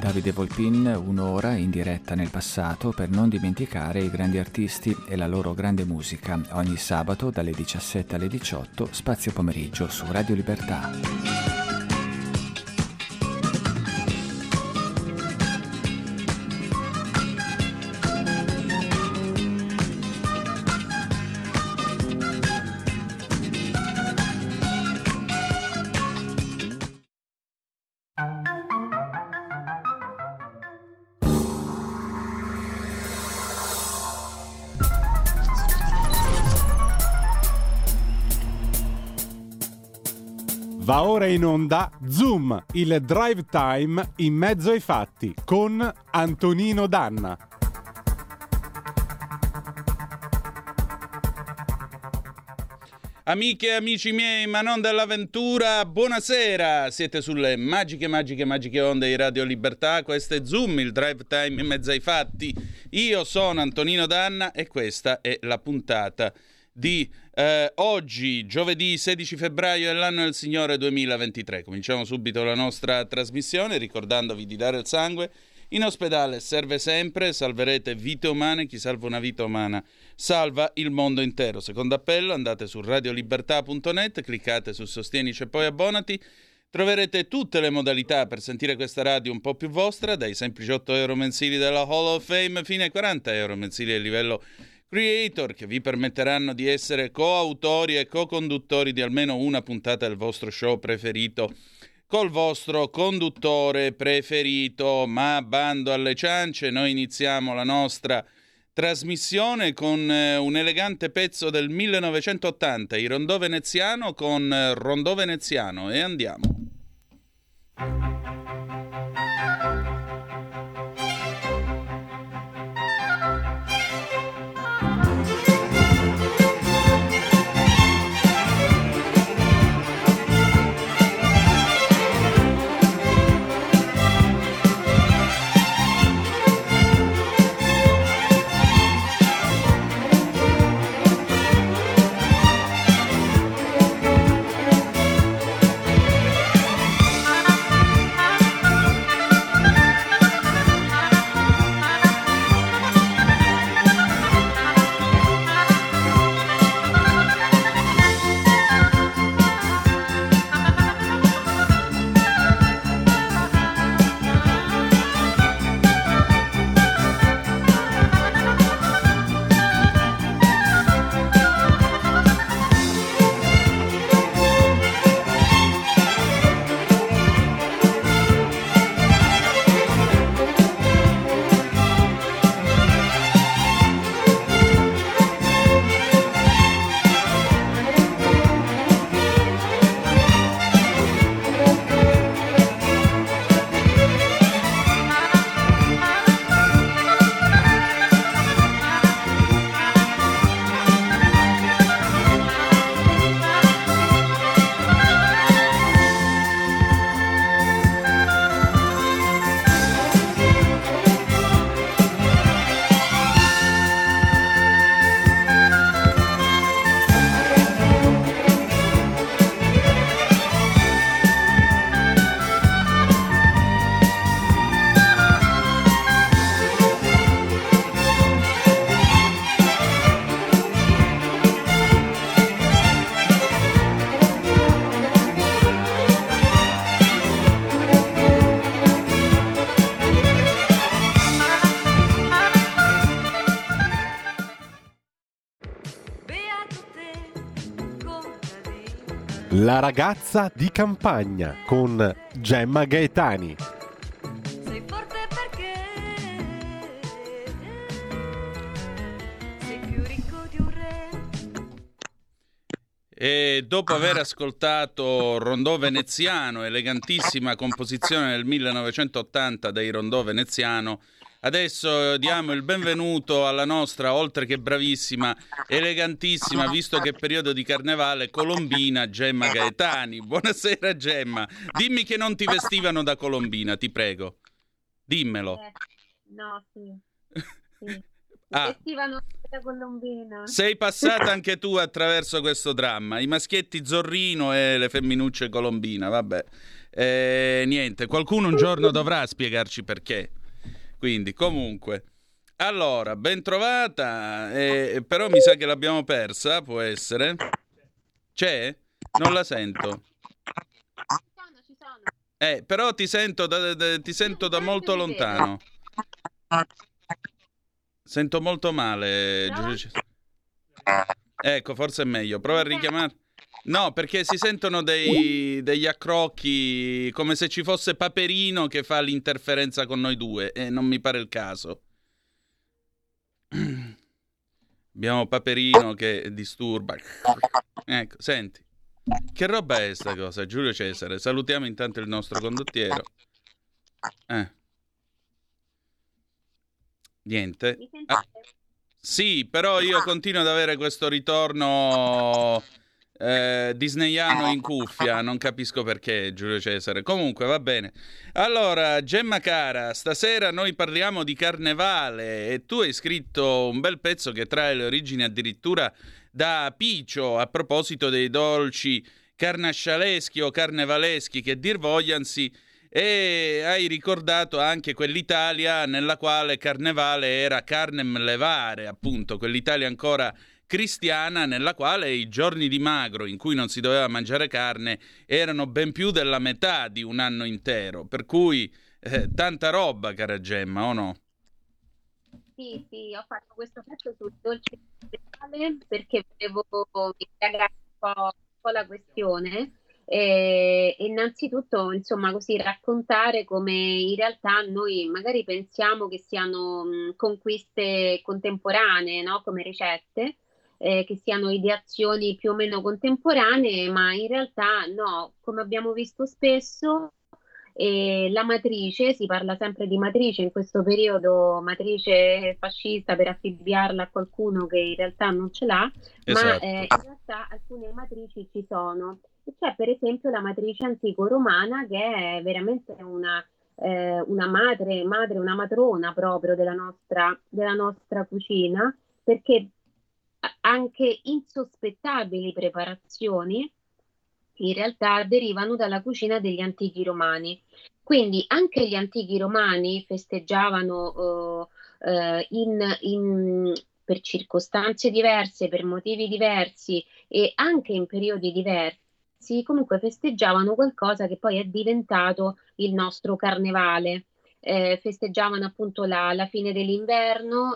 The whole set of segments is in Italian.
Davide Volpin, un'ora in diretta nel passato per non dimenticare i grandi artisti e la loro grande musica. Ogni sabato dalle 17 alle 18, Spazio Pomeriggio su Radio Libertà. Va ora in onda Zoom, il drive time in mezzo ai fatti con Antonino Danna. Amiche e amici miei, ma non dell'avventura, buonasera! Siete sulle magiche onde di Radio Libertà. Questo è Zoom, il drive time in mezzo ai fatti. Io sono Antonino Danna e questa è la puntata di oggi, giovedì 16 febbraio dell'anno del Signore 2023. Cominciamo subito la nostra trasmissione ricordandovi di dare il sangue. In ospedale serve sempre, salverete vite umane, chi salva una vita umana salva il mondo intero. Secondo appello, andate su radiolibertà.net, cliccate su Sostienici e poi abbonati. Troverete tutte le modalità per sentire questa radio un po' più vostra, dai semplici 8 euro mensili della Hall of Fame fino ai 40 euro mensili a livello creator, che vi permetteranno di essere coautori e co-conduttori di almeno una puntata del vostro show preferito col vostro conduttore preferito. Ma bando alle ciance, noi iniziamo la nostra trasmissione con un elegante pezzo del 1980, il Rondò Veneziano con Rondò Veneziano, e andiamo. La ragazza di campagna con Gemma Gaetani. Sei forte perché sei più ricco di un re. E dopo aver ascoltato Rondò Veneziano, elegantissima composizione del 1980 dei Rondò Veneziano, adesso diamo il benvenuto alla nostra, oltre che bravissima, elegantissima, visto che è periodo di carnevale, colombina Gemma Gaetani. Buonasera Gemma, dimmi che non ti vestivano da colombina, ti prego, dimmelo. No, sì. Ah, vestivano la colombina. sei passata anche tu attraverso questo dramma. I maschietti Zorrino e le femminucce Colombina, vabbè. Niente, qualcuno un giorno dovrà spiegarci perché. Quindi, comunque. Allora, ben trovata, però mi sa che l'abbiamo persa, può essere. C'è? Non la sento. Ci sono. Però ti sento ti sento da molto vi vedo. lontano. Sento molto male, Prova? Giulio Cesare. Ecco, forse è meglio. Prova a richiamare. No, perché si sentono degli accrocchi, come se ci fosse Paperino che fa l'interferenza con noi due, e non mi pare il caso. Abbiamo Paperino che disturba. Ecco, senti. Che roba è sta cosa, Giulio Cesare? Salutiamo intanto il nostro condottiero. Niente. Mi sentite? Sì, però io continuo ad avere questo ritorno disneyano in cuffia, non capisco perché, Giulio Cesare. Comunque va bene. Allora, Gemma cara, stasera noi parliamo di carnevale e tu hai scritto un bel pezzo che trae le origini addirittura da Picio a proposito dei dolci carnascialeschi o carnevaleschi che dir vogliansi, e hai ricordato anche quell'Italia nella quale carnevale era carnem levare, appunto, quell'Italia ancora cristiana nella quale i giorni di magro in cui non si doveva mangiare carne erano ben più della metà di un anno intero, per cui tanta roba, cara Gemma, o no? Sì, ho fatto questo pezzo sul dolce integrale perché volevo indagare un po' la questione e innanzitutto, insomma, così raccontare come in realtà noi magari pensiamo che siano conquiste contemporanee, no? Come ricette, che siano ideazioni più o meno contemporanee, ma in realtà no, come abbiamo visto spesso. E la matrice, si parla sempre di matrice in questo periodo, matrice fascista per affibbiarla a qualcuno che in realtà non ce l'ha, ma Esatto. in realtà alcune matrici ci sono. E c'è per esempio la matrice antico-romana che è veramente una madre, una matrona proprio della nostra cucina, perché anche insospettabili preparazioni in realtà derivano dalla cucina degli antichi romani. Quindi anche gli antichi romani festeggiavano per circostanze diverse, per motivi diversi e anche in periodi diversi, comunque festeggiavano qualcosa che poi è diventato il nostro carnevale. Festeggiavano appunto la fine dell'inverno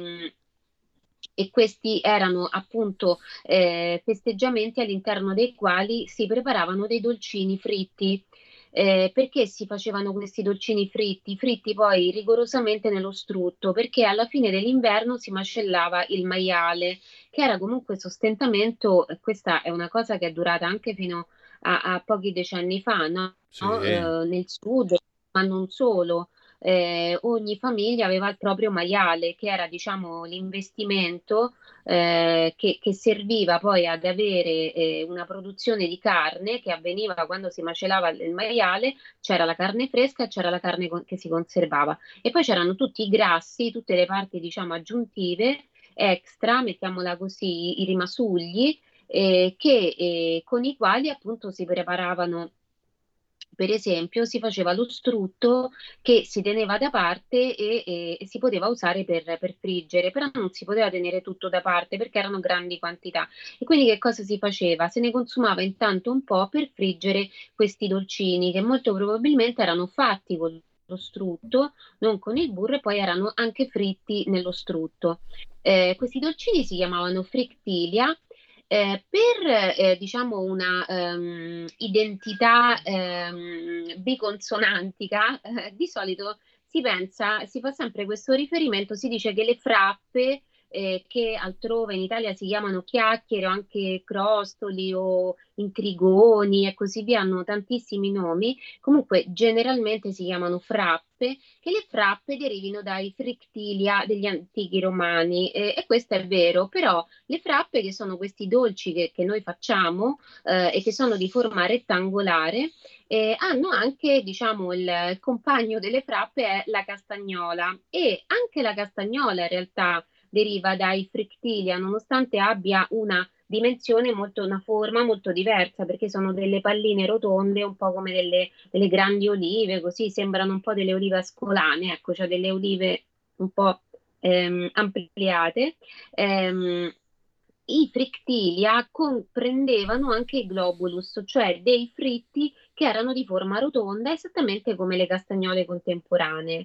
e questi erano appunto festeggiamenti all'interno dei quali si preparavano dei dolcini fritti. Perché si facevano questi dolcini fritti? Fritti poi rigorosamente nello strutto, perché alla fine dell'inverno si macellava il maiale, che era comunque sostentamento, questa è una cosa che è durata anche fino a pochi decenni fa, no? Sì. Nel sud, ma non solo. Ogni famiglia aveva il proprio maiale, che era, diciamo, l'investimento che serviva poi ad avere una produzione di carne che avveniva quando si macelava il maiale, c'era la carne fresca e c'era la carne che si conservava. E poi c'erano tutti i grassi, tutte le parti, diciamo, aggiuntive, extra, mettiamola così, i rimasugli, con i quali appunto si preparavano. Per esempio, si faceva lo strutto che si teneva da parte e si poteva usare per friggere, però non si poteva tenere tutto da parte perché erano grandi quantità. E quindi che cosa si faceva? Se ne consumava intanto un po' per friggere questi dolcini che molto probabilmente erano fatti con lo strutto, non con il burro, e poi erano anche fritti nello strutto. Questi dolcini si chiamavano frictilia. Per diciamo una identità biconsonantica, di solito si fa sempre questo riferimento, si dice che le frappe, che altrove in Italia si chiamano chiacchiere o anche crostoli o intrigoni e così via, hanno tantissimi nomi, comunque generalmente si chiamano frappe, che le frappe derivino dai frictilia degli antichi romani, e questo è vero, però le frappe, che sono questi dolci che noi facciamo e che sono di forma rettangolare, hanno anche, diciamo, il compagno delle frappe è la castagnola, e anche la castagnola in realtà deriva dai Frictilia, nonostante abbia una dimensione molto, una forma molto diversa, perché sono delle palline rotonde, un po' come delle grandi olive, così sembrano un po' delle olive ascolane, ecco, cioè delle olive un po' ampliate. Ehm, I Frictilia comprendevano anche i globulus, cioè dei fritti che erano di forma rotonda, esattamente come le castagnole contemporanee.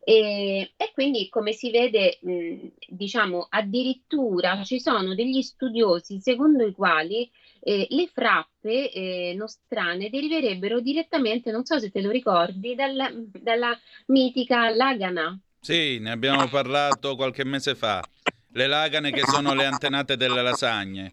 E quindi, come si vede, diciamo, addirittura ci sono degli studiosi secondo i quali le frappe nostrane deriverebbero direttamente, non so se te lo ricordi, dalla mitica lagana. Sì, ne abbiamo parlato qualche mese fa. Le lagane che sono le antenate delle lasagne.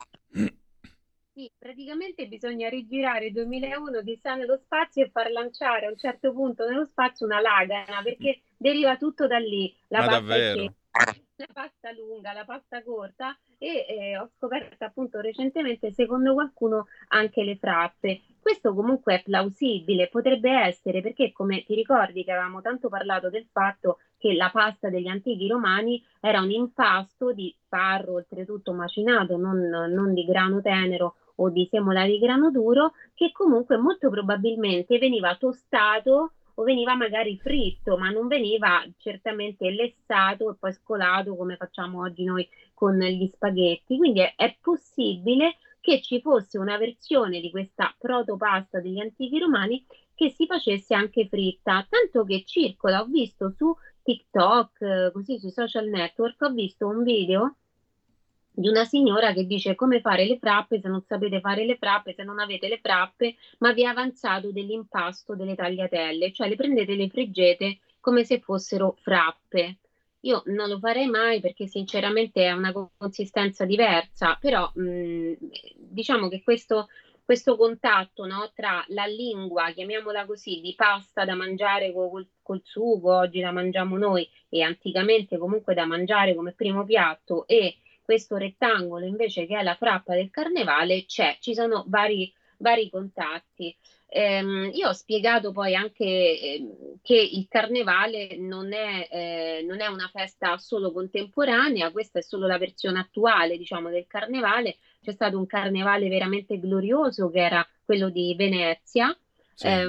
Sì, praticamente bisogna rigirare 2001 di Odissea nello spazio e far lanciare a un certo punto nello spazio una lagana, perché deriva tutto da lì, la Ma pasta e davvero? la pasta lunga, la pasta corta e ho scoperto appunto recentemente, secondo qualcuno, anche le frappe. Questo comunque è plausibile, potrebbe essere perché, come ti ricordi che avevamo tanto parlato del fatto che la pasta degli antichi romani era un impasto di farro, oltretutto macinato, non di grano tenero o di semola di grano duro, che comunque molto probabilmente veniva tostato o veniva magari fritto, ma non veniva certamente lessato e poi scolato come facciamo oggi noi con gli spaghetti. Quindi è possibile che ci fosse una versione di questa protopasta degli antichi romani che si facesse anche fritta, tanto che circola, ho visto su TikTok, così sui social network, ho visto un video di una signora che dice come fare le frappe se non sapete fare le frappe, se non avete le frappe, ma vi è avanzato dell'impasto delle tagliatelle, cioè le prendete e le friggete come se fossero frappe. Io non lo farei mai perché sinceramente è una consistenza diversa, però diciamo che questo contatto, no, tra la lingua, chiamiamola così, di pasta da mangiare col sugo, oggi la mangiamo noi, e anticamente comunque da mangiare come primo piatto, e questo rettangolo invece che è la frappa del carnevale, ci sono vari contatti. Io ho spiegato poi anche che il carnevale non è una festa solo contemporanea, questa è solo la versione attuale, diciamo, del carnevale. C'è stato un carnevale veramente glorioso che era quello di Venezia. Sì.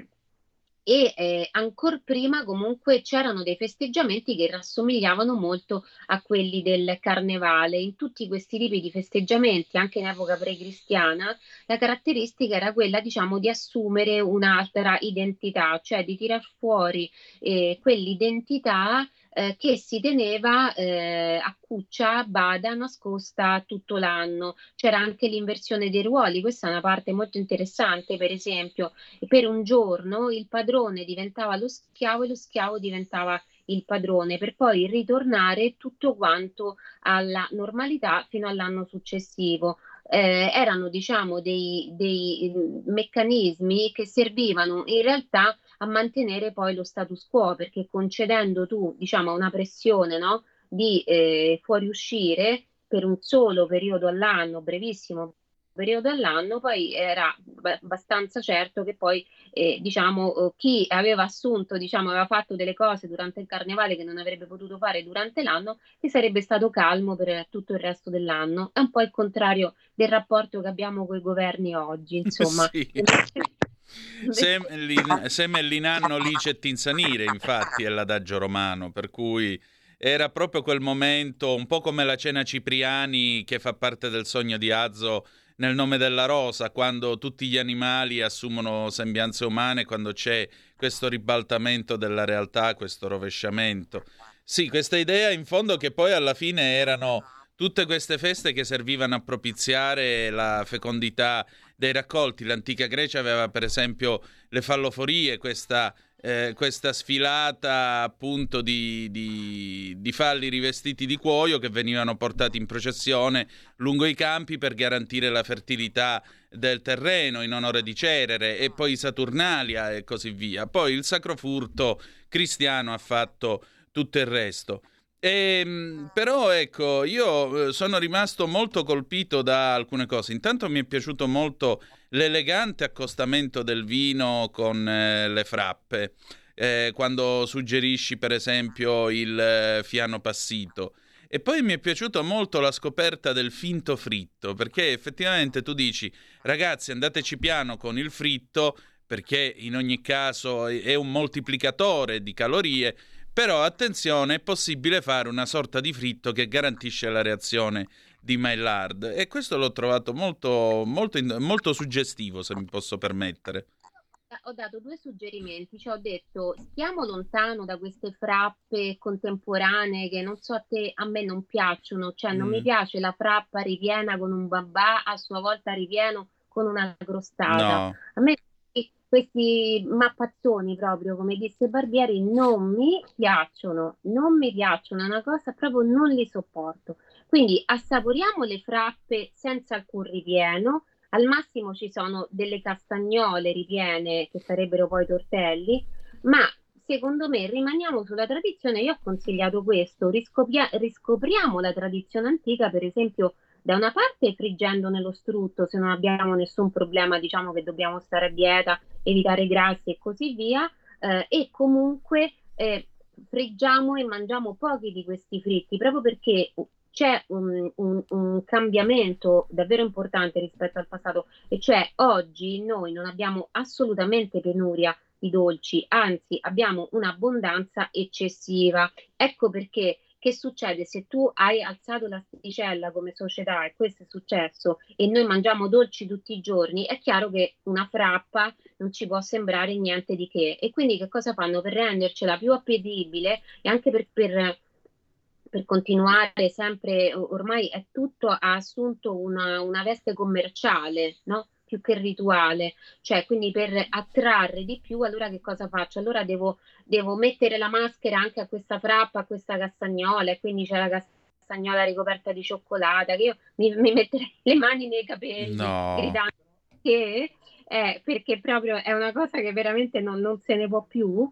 E ancora prima comunque c'erano dei festeggiamenti che rassomigliavano molto a quelli del carnevale. In tutti questi tipi di festeggiamenti, anche in epoca pre-cristiana, la caratteristica era quella, diciamo, di assumere un'altra identità, cioè di tirar fuori quell'identità che si teneva a cuccia, a bada, nascosta tutto l'anno. C'era anche l'inversione dei ruoli, questa è una parte molto interessante, per esempio per un giorno il padrone diventava lo schiavo e lo schiavo diventava il padrone, per poi ritornare tutto quanto alla normalità fino all'anno successivo. Erano, diciamo, dei meccanismi che servivano in realtà a mantenere poi lo status quo, perché concedendo tu, diciamo, una pressione, no, di fuoriuscire per un solo periodo all'anno, brevissimo periodo all'anno, poi era abbastanza certo che poi diciamo, chi aveva assunto, diciamo, aveva fatto delle cose durante il carnevale che non avrebbe potuto fare durante l'anno, che sarebbe stato calmo per tutto il resto dell'anno. È un po' il contrario del rapporto che abbiamo con i governi oggi, insomma. Sì. Sem l'inanno licet insanire, infatti, è l'adagio romano, per cui era proprio quel momento, un po' come la cena Cipriani che fa parte del sogno di Azzo nel nome della rosa, quando tutti gli animali assumono sembianze umane, quando c'è questo ribaltamento della realtà, questo rovesciamento. Sì, questa idea in fondo che poi alla fine erano tutte queste feste che servivano a propiziare la fecondità dei raccolti. L'antica Grecia aveva per esempio le falloforie, questa sfilata appunto di falli rivestiti di cuoio che venivano portati in processione lungo i campi per garantire la fertilità del terreno in onore di Cerere, e poi Saturnalia e così via. Poi il sacro furto cristiano ha fatto tutto il resto. Però ecco, io sono rimasto molto colpito da alcune cose. Intanto mi è piaciuto molto l'elegante accostamento del vino con le frappe, quando suggerisci per esempio il fiano passito. E poi mi è piaciuta molto la scoperta del finto fritto, perché effettivamente tu dici, ragazzi, andateci piano con il fritto, perché in ogni caso è un moltiplicatore di calorie, però attenzione, è possibile fare una sorta di fritto che garantisce la reazione di Maillard, e questo l'ho trovato molto suggestivo, se mi posso permettere. Ho dato due suggerimenti, cioè ho detto stiamo lontano da queste frappe contemporanee che non so a te, a me non piacciono, cioè non mi Mm, piace la frappa ripiena con un babà, a sua volta ripieno con una crostata. no, A me questi mappazzoni proprio, come disse Barbieri, non mi piacciono, non mi piacciono, è una cosa proprio non li sopporto. Quindi assaporiamo le frappe senza alcun ripieno. Al massimo ci sono delle castagnole ripiene che sarebbero poi tortelli, ma secondo me rimaniamo sulla tradizione. Io ho consigliato questo, riscopriamo la tradizione antica, per esempio, da una parte friggendo nello strutto, se non abbiamo nessun problema, diciamo che dobbiamo stare a dieta, evitare i grassi e così via, e comunque friggiamo e mangiamo pochi di questi fritti, proprio perché c'è un cambiamento davvero importante rispetto al passato, e cioè oggi noi non abbiamo assolutamente penuria di dolci, anzi abbiamo un'abbondanza eccessiva. Ecco perché che succede se tu hai alzato l'asticella come società, e questo è successo, e noi mangiamo dolci tutti i giorni, è chiaro che una frappa non ci può sembrare niente di che. E quindi che cosa fanno? Per rendercela più appetibile e anche per continuare sempre, ormai è tutto, ha assunto una veste commerciale, no? Più che rituale, cioè quindi per attrarre di più, allora che cosa faccio? Allora devo mettere la maschera anche a questa frappa, a questa castagnola, e quindi c'è la castagnola ricoperta di cioccolata, che io mi metterei le mani nei capelli no. gridando che, perché proprio è una cosa che veramente non se ne può più.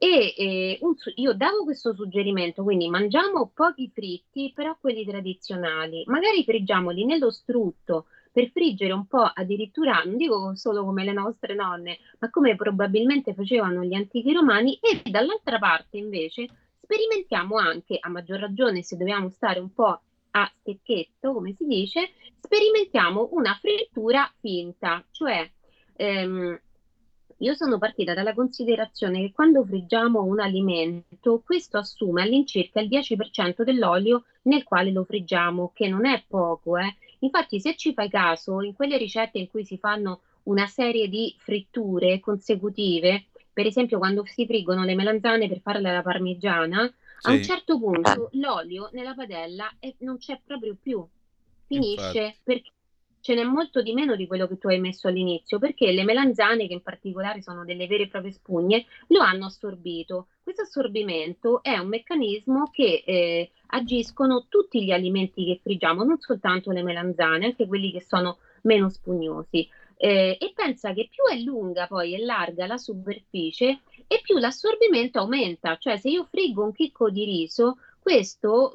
Io davo questo suggerimento, quindi mangiamo pochi fritti, però quelli tradizionali, magari friggiamoli nello strutto per friggere un po', addirittura non dico solo come le nostre nonne, ma come probabilmente facevano gli antichi romani, e dall'altra parte invece sperimentiamo anche, a maggior ragione se dobbiamo stare un po' a stecchetto, come si dice, sperimentiamo una frittura finta, cioè ehm, io sono partita dalla considerazione che quando friggiamo un alimento, questo assume all'incirca il 10% dell'olio nel quale lo friggiamo, che non è poco, eh. Infatti, se ci fai caso, in quelle ricette in cui si fanno una serie di fritture consecutive, per esempio quando si friggono le melanzane per farle alla parmigiana, a un Sì, certo punto l'olio nella padella non c'è proprio più, infatti. finisce perché ce n'è molto di meno di quello che tu hai messo all'inizio, perché le melanzane, che in particolare sono delle vere e proprie spugne, lo hanno assorbito. Questo assorbimento è un meccanismo che agiscono tutti gli alimenti che friggiamo, non soltanto le melanzane, anche quelli che sono meno spugnosi. E pensa che più è lunga poi e larga la superficie, e più l'assorbimento aumenta. Cioè, se io friggo un chicco di riso, questo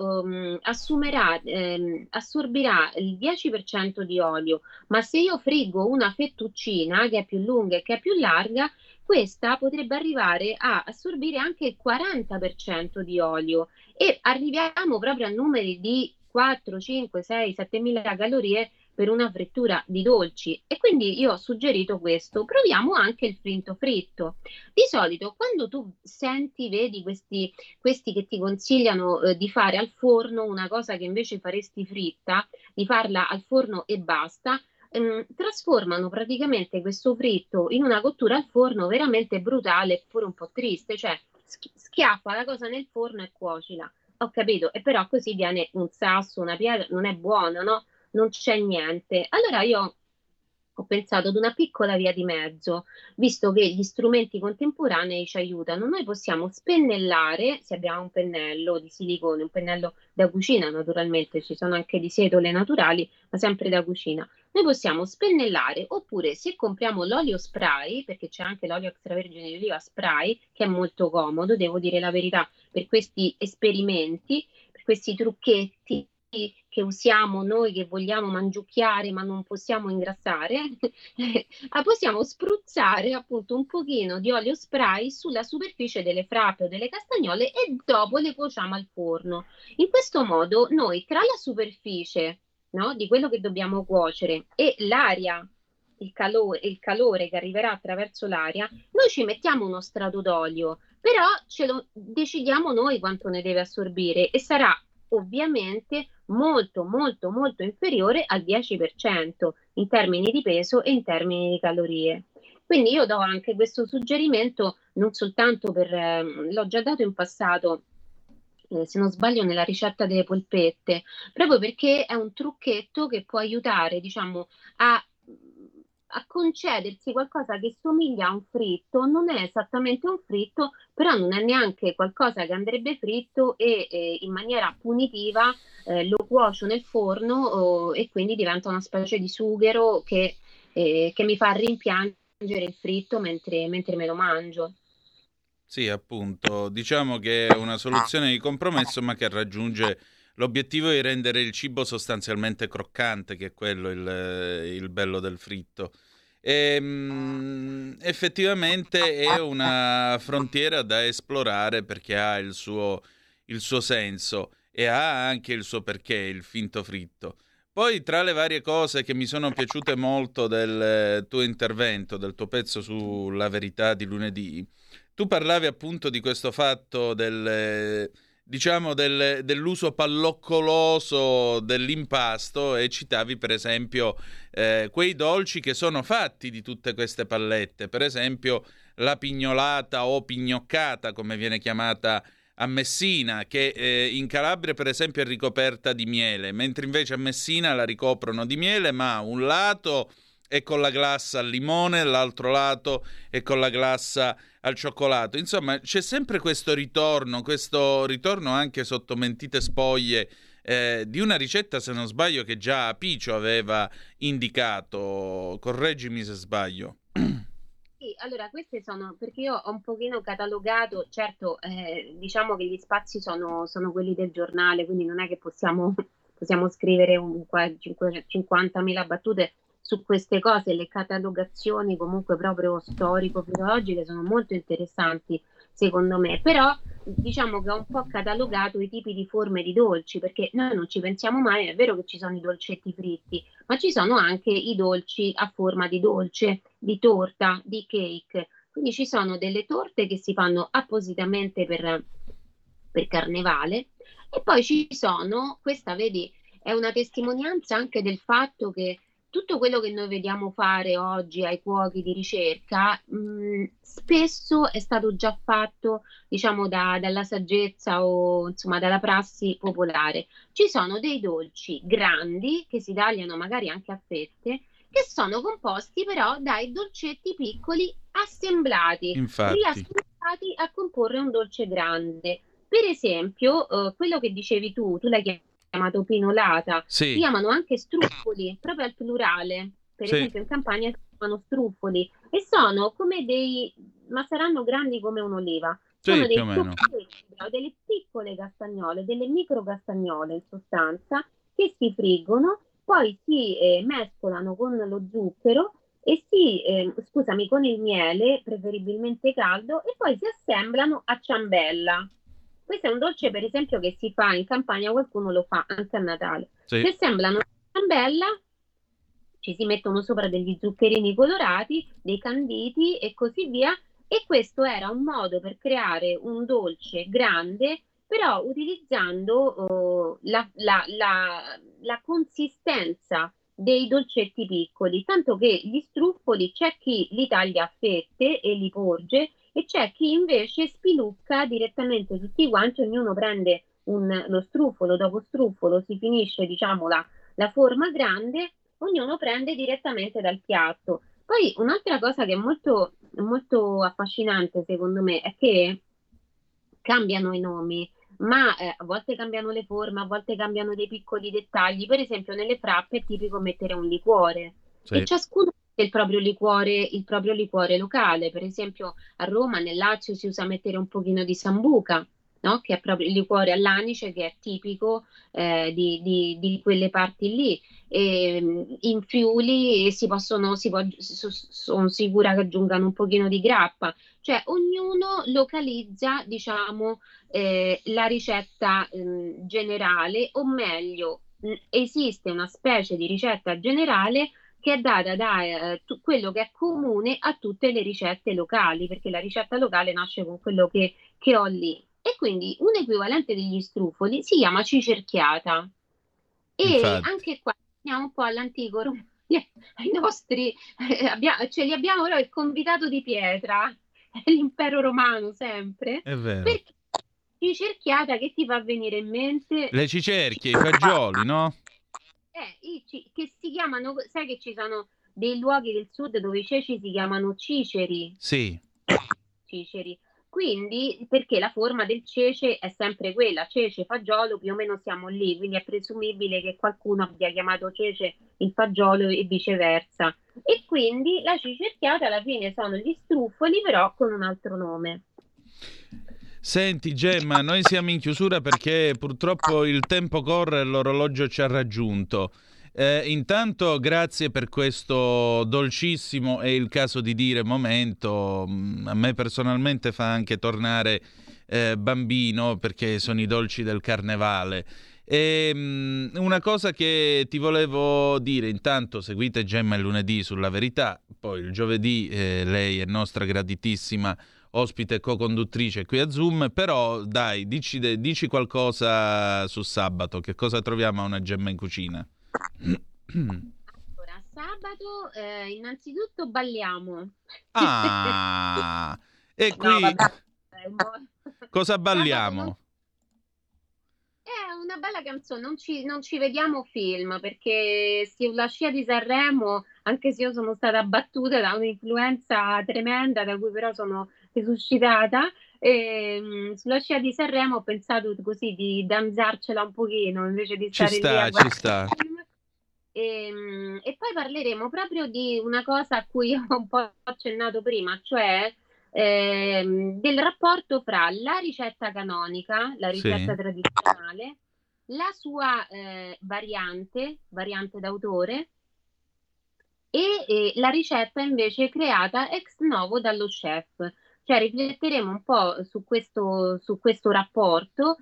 assorbirà il 10% di olio, ma se io friggo una fettuccina che è più lunga e che è più larga, questa potrebbe arrivare a assorbire anche il 40% di olio, e arriviamo proprio a numeri di 4, 5, 6, 7 mila calorie per una frittura di dolci. E quindi io ho suggerito questo, proviamo anche il finto fritto. Di solito quando tu senti, vedi questi che ti consigliano di fare al forno una cosa che invece faresti fritta, di farla al forno e basta, trasformano praticamente questo fritto in una cottura al forno veramente brutale e pure un po' triste, cioè schiaffa la cosa nel forno e cuocila. Ho capito, e però così viene un sasso, una pietra, non è buono, no? Non c'è niente. Allora io ho pensato ad una piccola via di mezzo, visto che gli strumenti contemporanei ci aiutano. Noi possiamo spennellare, se abbiamo un pennello di silicone, un pennello da cucina, naturalmente ci sono anche di setole naturali, ma sempre da cucina. Noi possiamo spennellare, oppure se compriamo l'olio spray, perché c'è anche l'olio extravergine di oliva spray, che è molto comodo, devo dire la verità, per questi esperimenti, per questi trucchetti, che usiamo noi che vogliamo mangiucchiare ma non possiamo ingrassare, possiamo spruzzare appunto un pochino di olio spray sulla superficie delle frappe o delle castagnole e dopo le cuociamo al forno. In questo modo noi tra la superficie, no, di quello che dobbiamo cuocere e l'aria, il calore che arriverà attraverso l'aria, noi ci mettiamo uno strato d'olio, però ce lo decidiamo noi quanto ne deve assorbire e sarà ovviamente molto molto molto inferiore al 10% in termini di peso e in termini di calorie. Quindi io do anche questo suggerimento non soltanto l'ho già dato in passato, se non sbaglio nella ricetta delle polpette, proprio perché è un trucchetto che può aiutare, diciamo, a concedersi qualcosa che somiglia a un fritto, non è esattamente un fritto, però non è neanche qualcosa che andrebbe fritto e in maniera punitiva lo cuocio nel forno e quindi diventa una specie di sughero che mi fa rimpiangere il fritto mentre me lo mangio. Sì, appunto, diciamo che è una soluzione di compromesso, ma che raggiunge l'obiettivo di rendere il cibo sostanzialmente croccante, che è quello il bello del fritto. Effettivamente è una frontiera da esplorare perché ha il suo senso e ha anche il suo perché, il finto fritto. Poi, tra le varie cose che mi sono piaciute molto del tuo intervento, del tuo pezzo sulla verità di lunedì, tu parlavi appunto di questo fatto dell'uso palloccoloso dell'impasto e citavi per esempio quei dolci che sono fatti di tutte queste pallette, per esempio la pignolata o pignoccata come viene chiamata a Messina, che in Calabria per esempio è ricoperta di miele, mentre invece a Messina la ricoprono di miele, ma un lato è con la glassa al limone, l'altro lato è con la glassa al cioccolato. Insomma, c'è sempre questo ritorno anche sotto mentite spoglie di una ricetta, se non sbaglio, che già Apicio aveva indicato. Correggimi se sbaglio. Sì, allora queste sono perché io ho un pochino catalogato, certo, diciamo che gli spazi sono quelli del giornale, quindi non è che possiamo scrivere 50.000 battute su queste cose. Le catalogazioni comunque proprio storico-filologiche sono molto interessanti secondo me, però diciamo che ho un po' catalogato i tipi di forme di dolci, perché noi non ci pensiamo mai, è vero che ci sono i dolcetti fritti, ma ci sono anche i dolci a forma di dolce, di torta, di cake. Quindi ci sono delle torte che si fanno appositamente per carnevale e poi ci sono, questa vedi, è una testimonianza anche del fatto che tutto quello che noi vediamo fare oggi ai cuochi di ricerca, spesso è stato già fatto, diciamo, dalla saggezza o insomma dalla prassi popolare. Ci sono dei dolci grandi che si tagliano magari anche a fette, che sono composti però dai dolcetti piccoli assemblati, Infatti, riassemblati a comporre un dolce grande. Per esempio, quello che dicevi tu l'hai chiamato pinolata, si sì, chiamano anche struffoli, proprio al plurale. Per sì, esempio in Campania si chiamano struffoli e sono come ma saranno grandi come un'oliva. sì, Sono più dei o meno. struffoli, delle piccole castagnole, delle micro castagnole in sostanza, che si friggono, poi si mescolano con lo zucchero e scusami, con il miele, preferibilmente caldo, e poi si assemblano a ciambella. Questo è un dolce, per esempio, che si fa in Campania, qualcuno lo fa anche a Natale. Si Sì. assemblano a ciambella, ci si mettono sopra degli zuccherini colorati, dei canditi e così via. E questo era un modo per creare un dolce grande, però utilizzando la consistenza dei dolcetti piccoli, tanto che gli struffoli c'è chi li taglia a fette e li porge e c'è chi invece spilucca direttamente tutti quanti, ognuno prende lo struffolo dopo struffolo, si finisce diciamo la forma grande, ognuno prende direttamente dal piatto. Poi un'altra cosa che è molto, molto affascinante secondo me è che cambiano i nomi, ma a volte cambiano le forme, a volte cambiano dei piccoli dettagli. Per esempio nelle frappe è tipico mettere un liquore e Sì. ciascuno ha il proprio liquore locale. Per esempio a Roma, nel Lazio si usa mettere un pochino di sambuca, no? Che è proprio il liquore all'anice, che è tipico di quelle parti lì. In Friuli sono sicura che aggiungano un pochino di grappa, cioè ognuno localizza, diciamo, la ricetta generale, o meglio, esiste una specie di ricetta generale che è data da quello che è comune a tutte le ricette locali, perché la ricetta locale nasce con quello che ho lì. E quindi un equivalente degli strufoli si chiama cicerchiata. E Infatti. anche qua andiamo un po' all'antico ai nostri, ce li abbiamo però il convitato di pietra, l'impero romano sempre. È vero. Perché cicerchiata, che ti fa venire in mente? Le cicerchie, i fagioli, no? Che si chiamano, sai che ci sono dei luoghi del sud dove i ceci si chiamano ciceri? Sì. Ciceri. Quindi, perché la forma del cece è sempre quella, cece, fagiolo, più o meno siamo lì, quindi è presumibile che qualcuno abbia chiamato cece il fagiolo e viceversa. E quindi la cicerchiata alla fine sono gli struffoli, però con un altro nome. Senti Gemma, noi siamo in chiusura perché purtroppo il tempo corre e l'orologio ci ha raggiunto. Intanto grazie per questo dolcissimo, è il caso di dire, momento. A me personalmente fa anche tornare bambino, perché sono i dolci del carnevale. E una cosa che ti volevo dire: intanto seguite Gemma il lunedì sulla Verità, poi il giovedì lei è nostra graditissima ospite co-conduttrice qui a Zoom, però dai, dici qualcosa su sabato, che cosa troviamo a una Gemma in cucina? Allora, sabato innanzitutto balliamo. E qui No, vabbè, cosa balliamo? È una bella canzone, non ci vediamo film, perché sulla scia di Sanremo, anche se io sono stata abbattuta da un'influenza tremenda, da cui però sono risuscitata, sulla scia di Sanremo ho pensato così di danzarcela un pochino invece di stare lì a guardare ci sta. film. E poi parleremo proprio di una cosa a cui ho un po' accennato prima, cioè del rapporto fra la ricetta canonica, la ricetta tradizionale, la sua variante d'autore e la ricetta invece creata ex novo dallo chef. Cioè rifletteremo un po' su questo rapporto,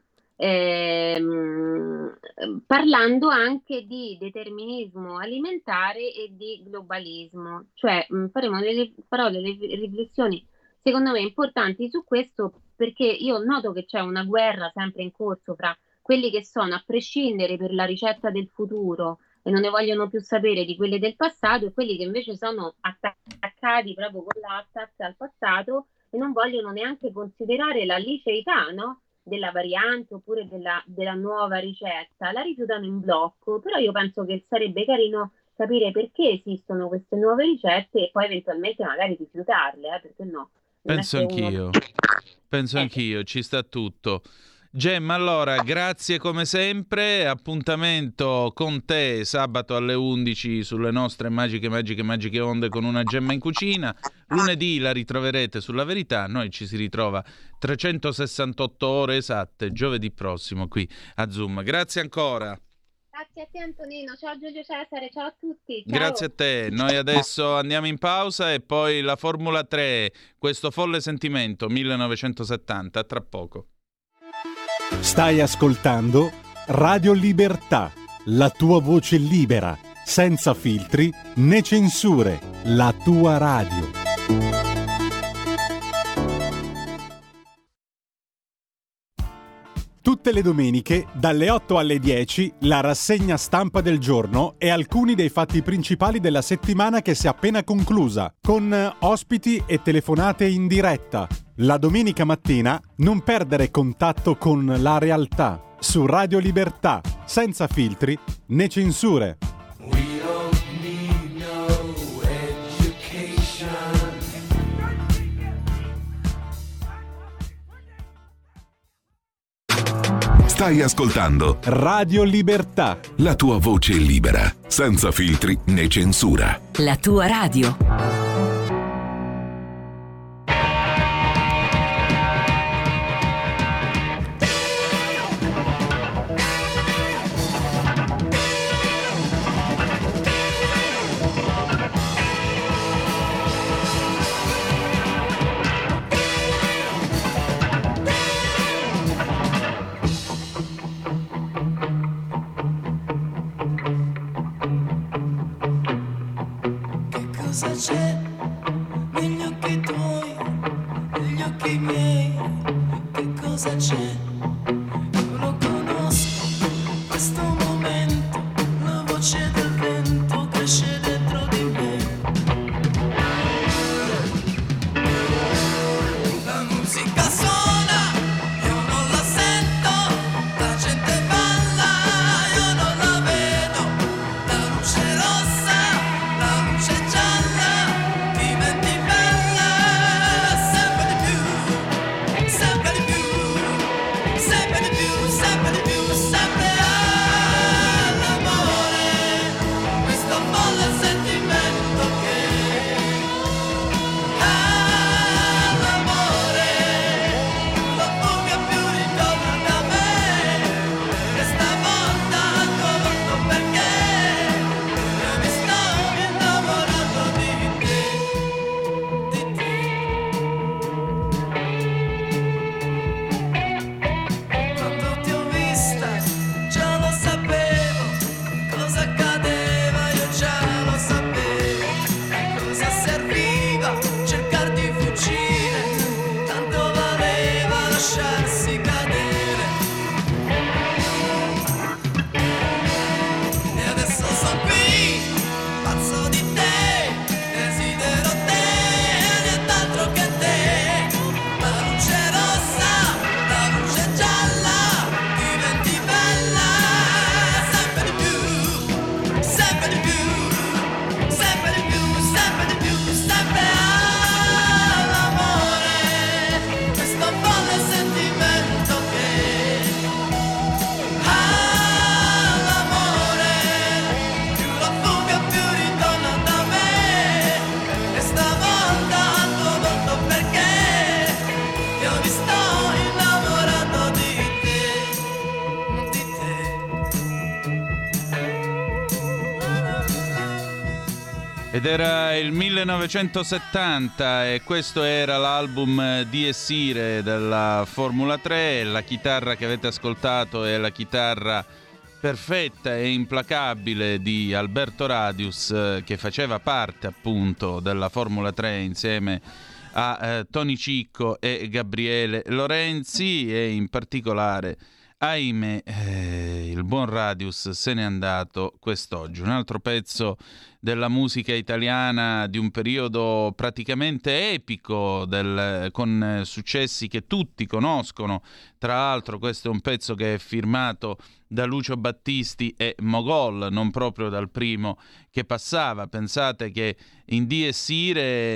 parlando anche di determinismo alimentare e di globalismo. Cioè farò delle riflessioni secondo me importanti su questo, perché io noto che c'è una guerra sempre in corso fra quelli che sono a prescindere per la ricetta del futuro e non ne vogliono più sapere di quelle del passato, e quelli che invece sono attaccati proprio con l'attacco al passato e non vogliono neanche considerare la liceità, no? Della variante oppure della nuova ricetta. La rifiutano in blocco, però io penso che sarebbe carino capire perché esistono queste nuove ricette e poi eventualmente magari rifiutarle, perché no? Penso anch'io, ci sta tutto. Gemma, allora, grazie come sempre, appuntamento con te sabato alle 11 sulle nostre magiche onde con una Gemma in cucina. Lunedì la ritroverete sulla Verità, noi ci si ritrova 368 ore esatte giovedì prossimo qui a Zoom. Grazie ancora. Grazie a te Antonino, ciao Giulio Cesare, ciao a tutti. Ciao. Grazie a te, noi adesso andiamo in pausa e poi la Formula 3, questo folle sentimento 1970, tra poco. Stai ascoltando Radio Libertà, la tua voce libera, senza filtri né censure, la tua radio. Tutte le domeniche, dalle 8 alle 10, la rassegna stampa del giorno e alcuni dei fatti principali della settimana che si è appena conclusa, con ospiti e telefonate in diretta. La domenica mattina non perdere contatto con la realtà, su Radio Libertà, senza filtri né censure. Stai ascoltando Radio Libertà, la tua voce libera, senza filtri né censura. La tua radio. occhi miei, che cosa c'è? Io lo conosco, questo momento, la voce del vento cresce dentro di me. La musica suona, io non la sento, la gente balla, io non la vedo, la luce rossa, la luce gialla, diventi bella, sempre di più, sempre di più, sempre di più, sempre di più, sempre all'amore, questo folle sentimento che all'amore lo fuga più ritorna da me, e stavolta al tuo volto perché io mi sto innamorando di te, di te. Quando ti ho vista già lo sapevo, cosa accadeva io già lo sapevo, cosa serviva cercare di fuggire, tanto valeva lasciarsi cadere. E adesso sono qui, pazzo di te, desidero te, nient'altro che te. La luce rossa, la luce gialla, diventi bella, sempre di più, sempre di più, sempre di più, sempre di più, sempre all'amore, questo folle sentimento che all'amore, più la fuga più ritorna da me, e stavolta al tuo volto perché io mi sto innamorando di te, di te. Ed era il 1970 e questo era l'album Dies Irae della Formula 3. La chitarra che avete ascoltato è la chitarra perfetta e implacabile di Alberto Radius, che faceva parte appunto della Formula 3 insieme a Tony Cicco e Gabriele Lorenzi, e in particolare, ahimè, il buon Radius se n'è andato quest'oggi. Un altro pezzo della musica italiana di un periodo praticamente epico, con successi che tutti conoscono. Tra l'altro questo è un pezzo che è firmato da Lucio Battisti e Mogol, non proprio dal primo che passava. Pensate che in Dies Irae,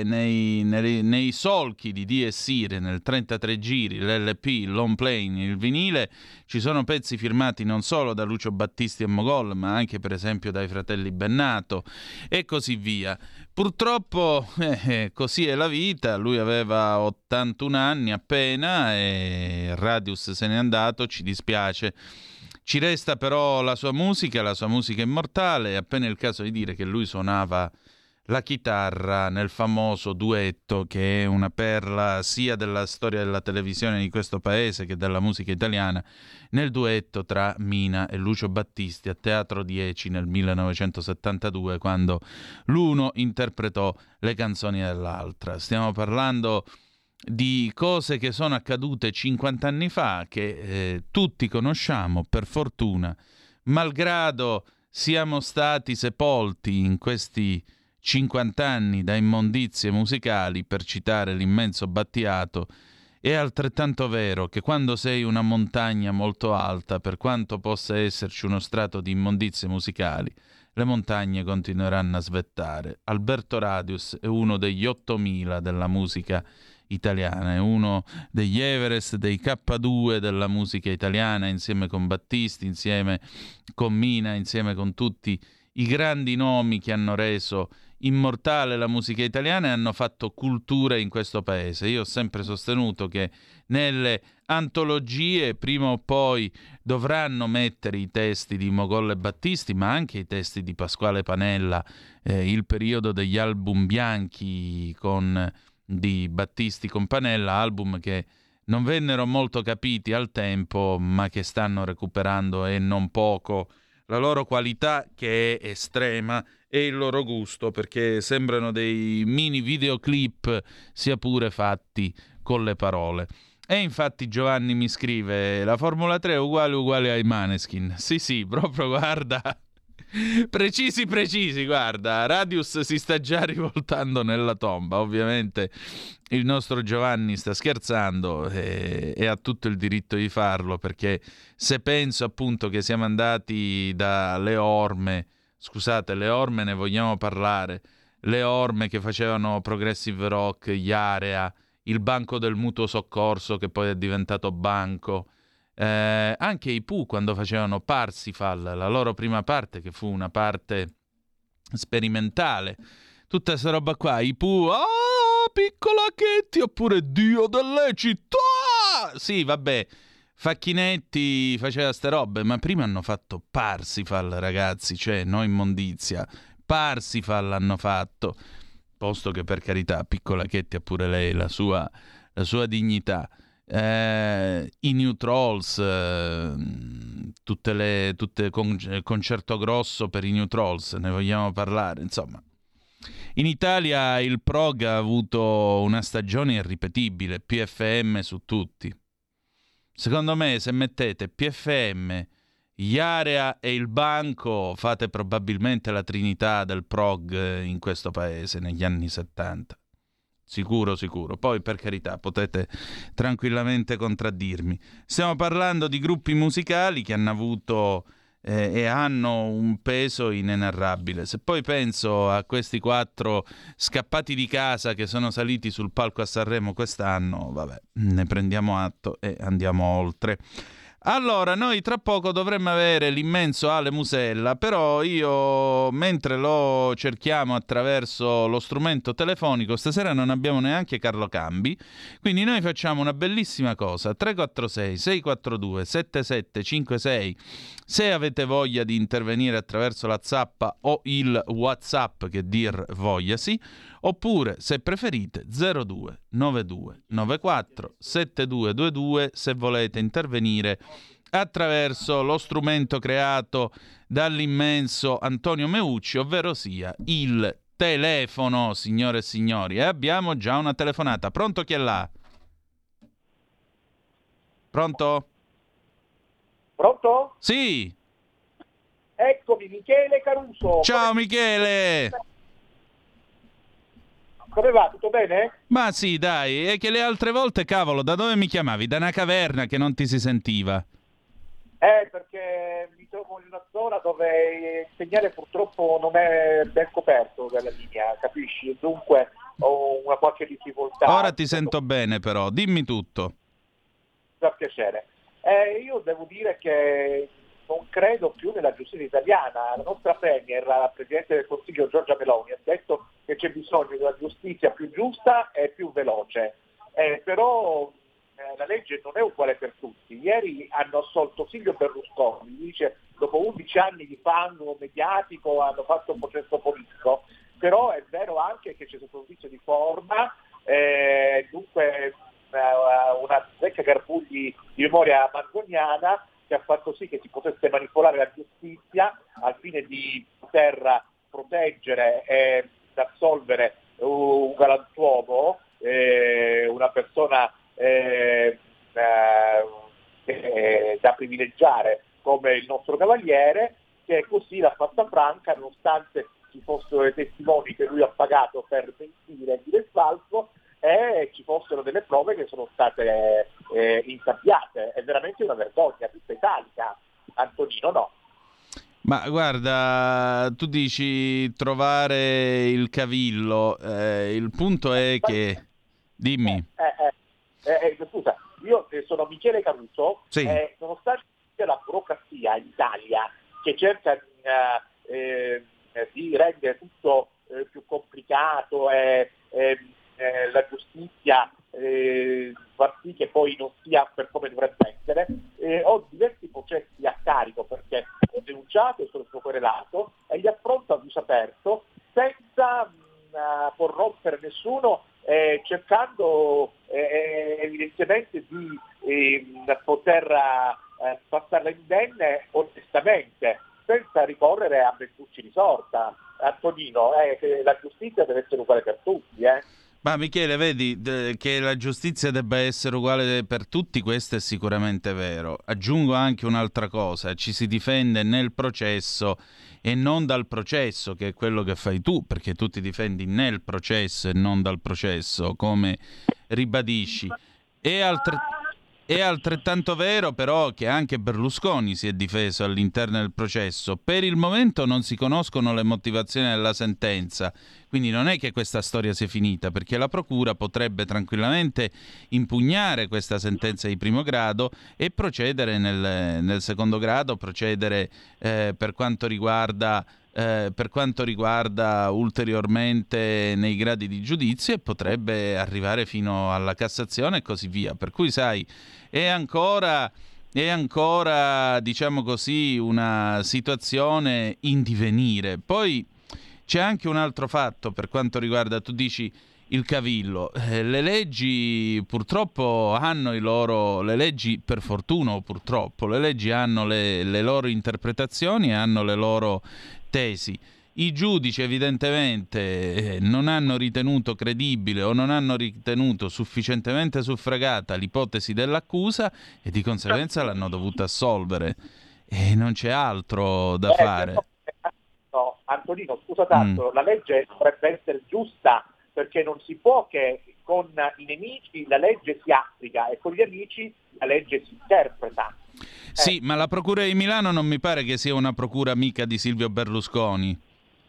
nei solchi di Dies Irae, nel 33 giri, l'LP, il long plane, il vinile, ci sono pezzi firmati non solo da Lucio Battisti e Mogol, ma anche per esempio dai fratelli Bennato e così via. Purtroppo così è la vita, lui aveva 81 anni appena e Radius se n'è andato, ci dispiace. Ci resta però la sua musica immortale. È appena il caso di dire che lui suonava la chitarra nel famoso duetto, che è una perla sia della storia della televisione di questo paese che della musica italiana, nel duetto tra Mina e Lucio Battisti a Teatro 10 nel 1972, quando l'uno interpretò le canzoni dell'altra. Stiamo parlando di cose che sono accadute 50 anni fa, che tutti conosciamo, per fortuna, malgrado siamo stati sepolti in questi 50 anni da immondizie musicali, per citare l'immenso Battiato. È altrettanto vero che quando sei una montagna molto alta, per quanto possa esserci uno strato di immondizie musicali, le montagne continueranno a svettare. Alberto Radius è uno degli 8000 della musica italiana, è uno degli Everest, dei K2 della musica italiana, insieme con Battisti, insieme con Mina, insieme con tutti i grandi nomi che hanno reso immortale la musica italiana e hanno fatto cultura in questo paese. Io ho sempre sostenuto che nelle antologie prima o poi dovranno mettere i testi di Mogol e Battisti, ma anche i testi di Pasquale Panella, il periodo degli album bianchi di Battisti con Panella, album che non vennero molto capiti al tempo, ma che stanno recuperando e non poco la loro qualità, che è estrema, e il loro gusto, perché sembrano dei mini videoclip, sia pure fatti con le parole. E infatti Giovanni mi scrive: la Formula 3 è uguale ai Maneskin. Sì, proprio, guarda, precisi, guarda, Radius si sta già rivoltando nella tomba. Ovviamente il nostro Giovanni sta scherzando e ha tutto il diritto di farlo, perché se penso appunto che siamo andati dalle orme, scusate, le orme ne vogliamo parlare, le orme che facevano progressive rock, gli Area, il banco del mutuo soccorso che poi è diventato banco, anche i Pooh quando facevano Parsifal, la loro prima parte che fu una parte sperimentale, tutta questa roba qua, i Pooh, Piccolacchetti, oppure Dio delle città, sì vabbè, Facchinetti faceva ste robe, ma prima hanno fatto Parsifal, ragazzi, cioè no immondizia, Parsifal hanno fatto, posto che per carità Piccolacchetti ha pure lei la sua dignità. I New Trolls, concerto grosso per i New Trolls, ne vogliamo parlare, insomma. In Italia il prog ha avuto una stagione irripetibile, PFM su tutti. Secondo me se mettete PFM, gli Area e il banco fate probabilmente la trinità del prog in questo paese negli anni 70. Sicuro. Poi per carità potete tranquillamente contraddirmi. Stiamo parlando di gruppi musicali che hanno avuto e hanno un peso inenarrabile. Se poi penso a questi 4 scappati di casa che sono saliti sul palco a Sanremo quest'anno, vabbè, ne prendiamo atto e andiamo oltre. Allora, noi tra poco dovremmo avere l'immenso Ale Musella, però io, mentre lo cerchiamo attraverso lo strumento telefonico, stasera non abbiamo neanche Carlo Cambi, quindi noi facciamo una bellissima cosa: 346-642-7756, se avete voglia di intervenire attraverso la zappa o il WhatsApp, che dir vogliasi, oppure, se preferite, 02 92 94 7222 se volete intervenire attraverso lo strumento creato dall'immenso Antonio Meucci, ovvero sia il telefono, signore e signori. E abbiamo già una telefonata. Pronto, chi è là? Pronto? Pronto? Sì. Eccomi, Michele Caruso. Ciao Michele. Come va? Tutto bene? Ma sì, dai, è che le altre volte, cavolo, da dove mi chiamavi? Da una caverna che non ti si sentiva. Perché mi trovo in una zona dove il segnale purtroppo non è ben coperto dalla linea, capisci? Dunque ho una qualche difficoltà. Ora ti sento bene però, dimmi tutto. Fa piacere. Io devo dire che non credo più nella giustizia italiana. La nostra premier, la Presidente del Consiglio Giorgia Meloni, ha detto che c'è bisogno di una giustizia più giusta e più veloce. Però la legge non è uguale per tutti. Ieri hanno assolto Silvio Berlusconi, dice dopo 11 anni di fango mediatico hanno fatto un processo politico, però è vero anche che c'è stato un vizio di forma, dunque una vecchia Garbugli di memoria manzoniana che ha fatto sì che si potesse manipolare la giustizia al fine di poter proteggere e assolvere un galantuomo, una persona da privilegiare come il nostro cavaliere, che così l'ha fatta franca nonostante ci fossero dei testimoni che lui ha pagato per mentire e dire il falso e ci fossero delle prove che sono state insabbiate. È veramente una vergogna tutta italica, Antonino, no? Ma guarda, tu dici trovare il cavillo, il punto è che... Dimmi. Scusa, io sono Michele Caruso, sì. Nonostante la burocrazia in Italia che cerca di rendere tutto più complicato e la giustizia far sì che poi non sia per come dovrebbe essere, ho diversi processi a carico perché ho denunciato e sono stato querelato e li affronto a viso aperto senza corrompere nessuno, cercando evidentemente di poter passarla indenne onestamente, senza ricorrere a beccucci di sorta. Antonino, che la giustizia deve essere uguale per tutti. Ma Michele, vedi che la giustizia debba essere uguale per tutti, questo è sicuramente vero. Aggiungo anche un'altra cosa: ci si difende nel processo e non dal processo, che è quello che fai tu, perché tu ti difendi nel processo e non dal processo, come ribadisci. È, è altrettanto vero però che anche Berlusconi si è difeso all'interno del processo. Per il momento non si conoscono le motivazioni della sentenza, quindi non è che questa storia sia finita, perché la procura potrebbe tranquillamente impugnare questa sentenza di primo grado e procedere nel secondo grado, procedere per quanto riguarda ulteriormente nei gradi di giudizio, e potrebbe arrivare fino alla Cassazione e così via. Per cui, sai, è ancora, diciamo così, una situazione in divenire. Poi c'è anche un altro fatto per quanto riguarda, tu dici, il cavillo. Le leggi purtroppo hanno le leggi, per fortuna o purtroppo, le leggi hanno le loro interpretazioni e hanno le loro tesi. I giudici evidentemente non hanno ritenuto credibile o non hanno ritenuto sufficientemente suffragata l'ipotesi dell'accusa e di conseguenza l'hanno dovuta assolvere. E non c'è altro da fare. No, Antonino, scusa tanto, la legge dovrebbe essere giusta, perché non si può che con i nemici la legge si applica e con gli amici la legge si interpreta. Sì, ma la procura di Milano non mi pare che sia una procura amica di Silvio Berlusconi.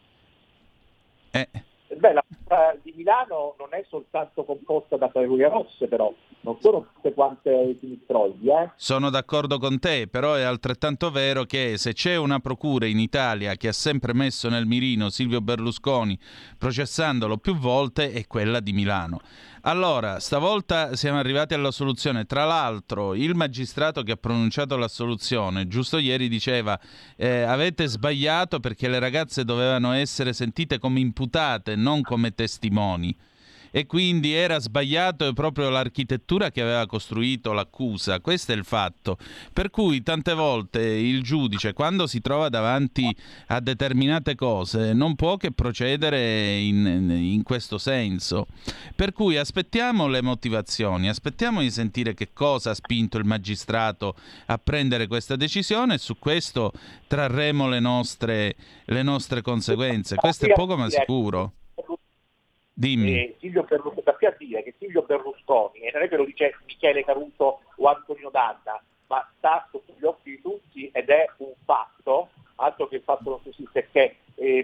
Beh, la procura di Milano non è soltanto composta da categorie rosse, però non sono tutte quante sinistrolli, Sono d'accordo con te, però è altrettanto vero che se c'è una procura in Italia che ha sempre messo nel mirino Silvio Berlusconi, processandolo più volte, è quella di Milano. Allora, stavolta siamo arrivati alla soluzione. Tra l'altro, il magistrato che ha pronunciato l'assoluzione, giusto ieri, diceva avete sbagliato perché le ragazze dovevano essere sentite come imputate, non come testimoni. E quindi era sbagliato proprio l'architettura che aveva costruito l'accusa. Questo è il fatto. Per cui tante volte il giudice, quando si trova davanti a determinate cose, non può che procedere in questo senso. Per cui aspettiamo le motivazioni, aspettiamo di sentire che cosa ha spinto il magistrato a prendere questa decisione, e su questo trarremo le nostre conseguenze. Questo è poco ma sicuro. Dimmi. Silvio Berlusconi, da qui a dire che Silvio Berlusconi, e non è che lo dice Michele Caruso o Antonino Danna, ma sta sotto gli occhi di tutti ed è un fatto, altro che il fatto non sussiste, che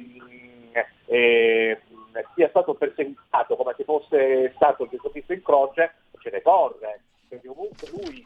sia stato perseguitato come se fosse stato Gesù Cristo in croce, ce ne corre, perché comunque lui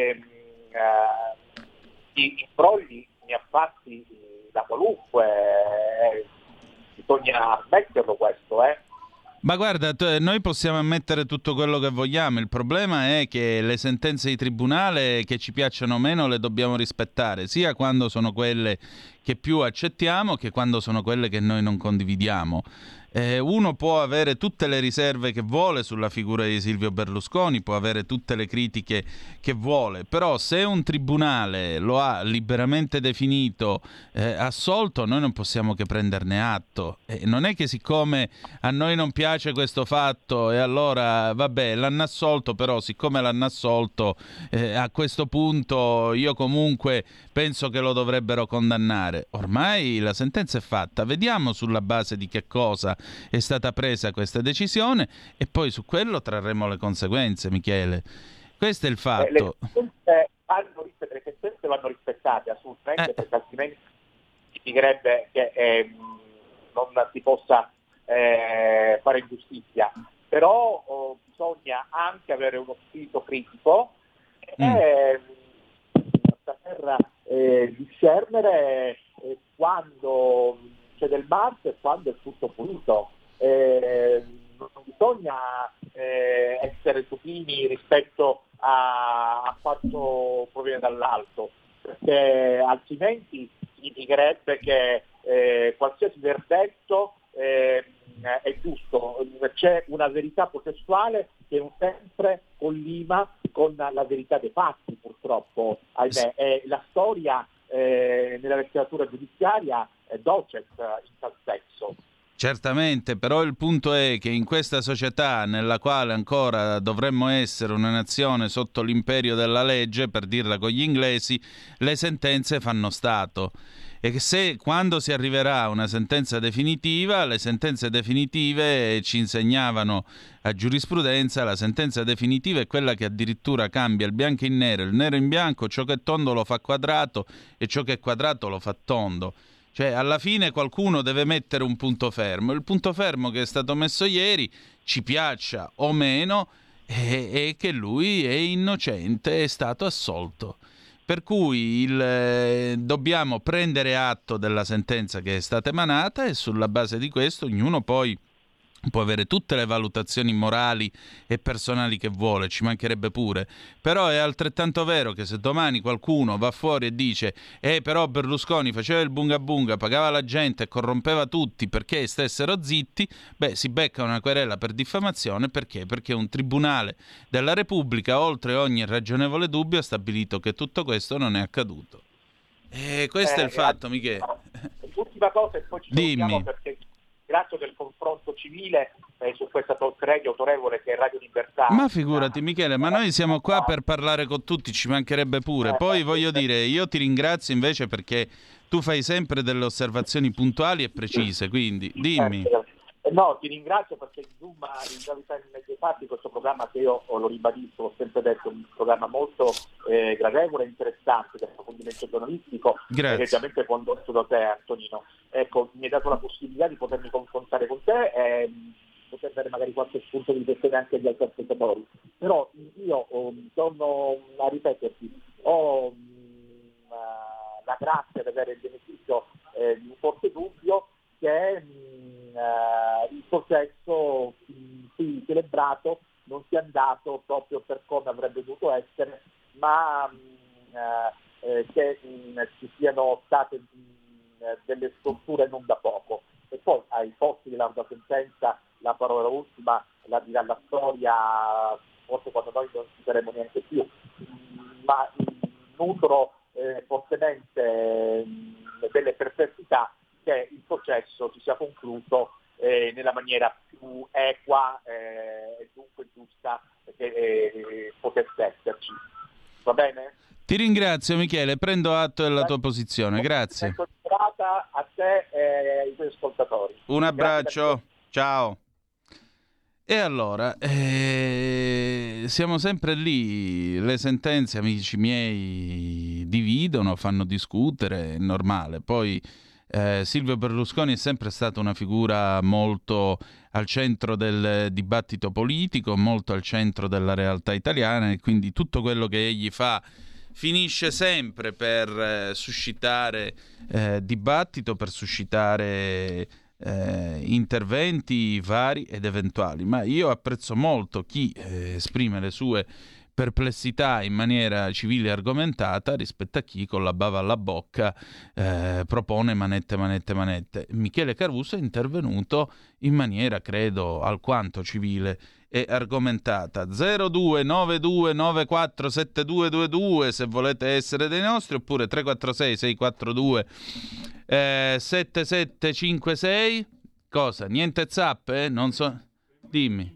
i brogli ne ha fatti da qualunque, bisogna ammetterlo questo, Ma guarda, noi possiamo ammettere tutto quello che vogliamo, il problema è che le sentenze di tribunale, che ci piacciono o meno, le dobbiamo rispettare, sia quando sono quelle che più accettiamo che quando sono quelle che noi non condividiamo. Uno può avere tutte le riserve che vuole sulla figura di Silvio Berlusconi, può avere tutte le critiche che vuole, però se un tribunale lo ha liberamente definito assolto, noi non possiamo che prenderne atto. Non è che siccome a noi non piace questo fatto e allora vabbè, l'hanno assolto, però siccome l'hanno assolto a questo punto io comunque penso che lo dovrebbero condannare. Ormai la sentenza è fatta, vediamo sulla base di che cosa è stata presa questa decisione e poi su quello trarremo le conseguenze, Michele. Questo è il fatto. Le sentenze vanno rispettate assolutamente, perché altrimenti significherebbe che non si possa fare giustizia. Però bisogna anche avere uno spirito critico e saper discernere quando c'è del marcio e quando è tutto pulito. Non bisogna essere supini rispetto a quanto proviene dall'alto, perché altrimenti significherebbe che qualsiasi verdetto è giusto. C'è una verità processuale che non sempre collima con la verità dei fatti, purtroppo, ahimè. E la storia nella letteratura giudiziaria è docet in tal senso. Certamente, però il punto è che in questa società nella quale ancora dovremmo essere una nazione sotto l'imperio della legge, per dirla con gli inglesi, le sentenze fanno Stato. E che quando si arriverà a una sentenza definitiva, le sentenze definitive ci insegnavano a giurisprudenza, la sentenza definitiva è quella che addirittura cambia il bianco in nero, il nero in bianco, ciò che è tondo lo fa quadrato e ciò che è quadrato lo fa tondo. Cioè, alla fine qualcuno deve mettere un punto fermo. Il punto fermo che è stato messo ieri, ci piaccia o meno, è che lui è innocente, è stato assolto. Per cui dobbiamo prendere atto della sentenza che è stata emanata e sulla base di questo ognuno poi può avere tutte le valutazioni morali e personali che vuole, ci mancherebbe pure, però è altrettanto vero che se domani qualcuno va fuori e dice però Berlusconi faceva il bunga bunga, pagava la gente e corrompeva tutti perché stessero zitti, si becca una querela per diffamazione. Perché? Perché un tribunale della Repubblica, oltre ogni ragionevole dubbio, ha stabilito che tutto questo non è accaduto. E questo è il fatto, Michele. L'ultima cosa e poi ci Dimmi. Perché grazie del confronto civile su questa talk radio autorevole che è Radio Libertà. Ma figurati Michele, ma noi siamo qua per parlare con tutti, ci mancherebbe pure. Poi voglio dire, io ti ringrazio invece perché tu fai sempre delle osservazioni puntuali e precise, quindi dimmi. No, ti ringrazio perché Zoom in realtà in mezzo ai fatti questo programma che io lo ribadisco, ho sempre detto, è un programma molto gradevole e interessante del approfondimento giornalistico, egregiamente condotto da te Antonino. Ecco, mi hai dato la possibilità di potermi confrontare con te e poter dare magari qualche spunto di riflessione anche agli altri ascoltatori. Però io torno a ripeterti, ho la grazia di avere il beneficio di un forte dubbio che il processo qui celebrato non sia andato proprio per come avrebbe dovuto essere, ma che ci siano state delle storture non da poco. E poi ai posti della sentenza la parola ultima la dirà la storia, forse quando noi non ci saremo neanche più, ma nutro fortemente delle perplessità che il processo si sia concluso nella maniera più equa e dunque giusta che potesse esserci. Va bene? Ti ringrazio Michele, prendo atto della tua posizione, grazie. A te e ai tuoi ascoltatori. Un abbraccio, ciao. E allora, siamo sempre lì, le sentenze, amici miei, dividono, fanno discutere, è normale. Poi Silvio Berlusconi è sempre stata una figura molto al centro del dibattito politico, molto al centro della realtà italiana e quindi tutto quello che egli fa finisce sempre per suscitare dibattito, per suscitare interventi vari ed eventuali. Ma io apprezzo molto chi esprime le sue perplessità in maniera civile e argomentata rispetto a chi con la bava alla bocca propone manette. Michele Caruso è intervenuto in maniera, credo, alquanto civile e argomentata. 0292947222 se volete essere dei nostri, oppure 346 642 7756. Cosa? Niente zappe? Non so. Dimmi.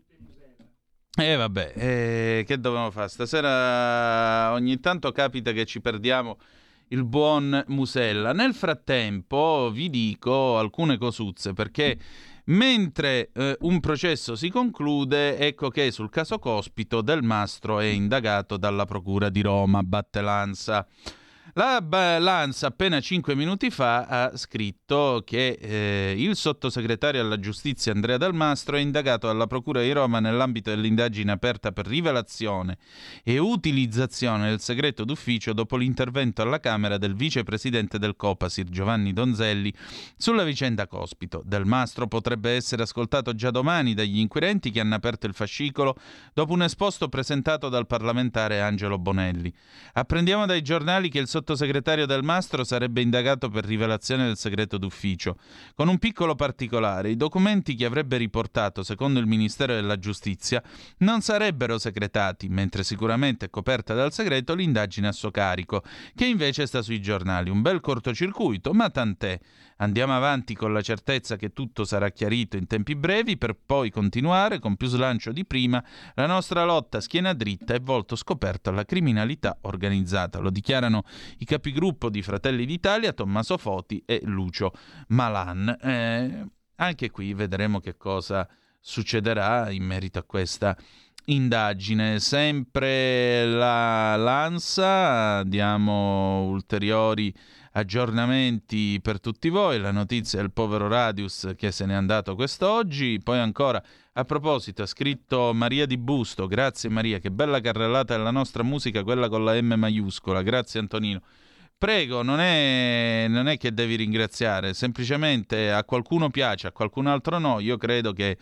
Vabbè, che dobbiamo fare? Stasera ogni tanto capita che ci perdiamo il buon Musella. Nel frattempo vi dico alcune cosuzze, perché mentre un processo si conclude, ecco che sul caso Cospito Del Mastro è indagato dalla Procura di Roma, batte l'Ansa. La Lanza appena 5 minuti fa ha scritto che il sottosegretario alla giustizia Andrea Del Mastro è indagato dalla Procura di Roma nell'ambito dell'indagine aperta per rivelazione e utilizzazione del segreto d'ufficio dopo l'intervento alla Camera del vicepresidente del Copasir Giovanni Donzelli sulla vicenda Cospito. Del Mastro potrebbe essere ascoltato già domani dagli inquirenti che hanno aperto il fascicolo dopo un esposto presentato dal parlamentare Angelo Bonelli. Apprendiamo dai giornali che il sottosegretario Del Mastro sarebbe indagato per rivelazione del segreto d'ufficio, con un piccolo particolare: i documenti che avrebbe riportato, secondo il Ministero della Giustizia, non sarebbero segretati, mentre sicuramente è coperta dal segreto l'indagine a suo carico, che invece sta sui giornali. Un bel cortocircuito, ma tant'è. Andiamo avanti con la certezza che tutto sarà chiarito in tempi brevi, per poi continuare con più slancio di prima la nostra lotta a schiena dritta e volto scoperto alla criminalità organizzata. Lo dichiarano i capigruppo di Fratelli d'Italia, Tommaso Foti e Lucio Malan. Anche qui vedremo che cosa succederà in merito a questa indagine. Sempre l'ANSA, diamo ulteriori aggiornamenti per tutti voi. La notizia del povero Radius che se n'è andato quest'oggi. Poi ancora, a proposito, ha scritto Maria Di Busto: grazie Maria, che bella carrellata della nostra musica, quella con la M maiuscola. Grazie Antonino. Prego, non è che devi ringraziare, semplicemente a qualcuno piace, a qualcun altro no. Io credo che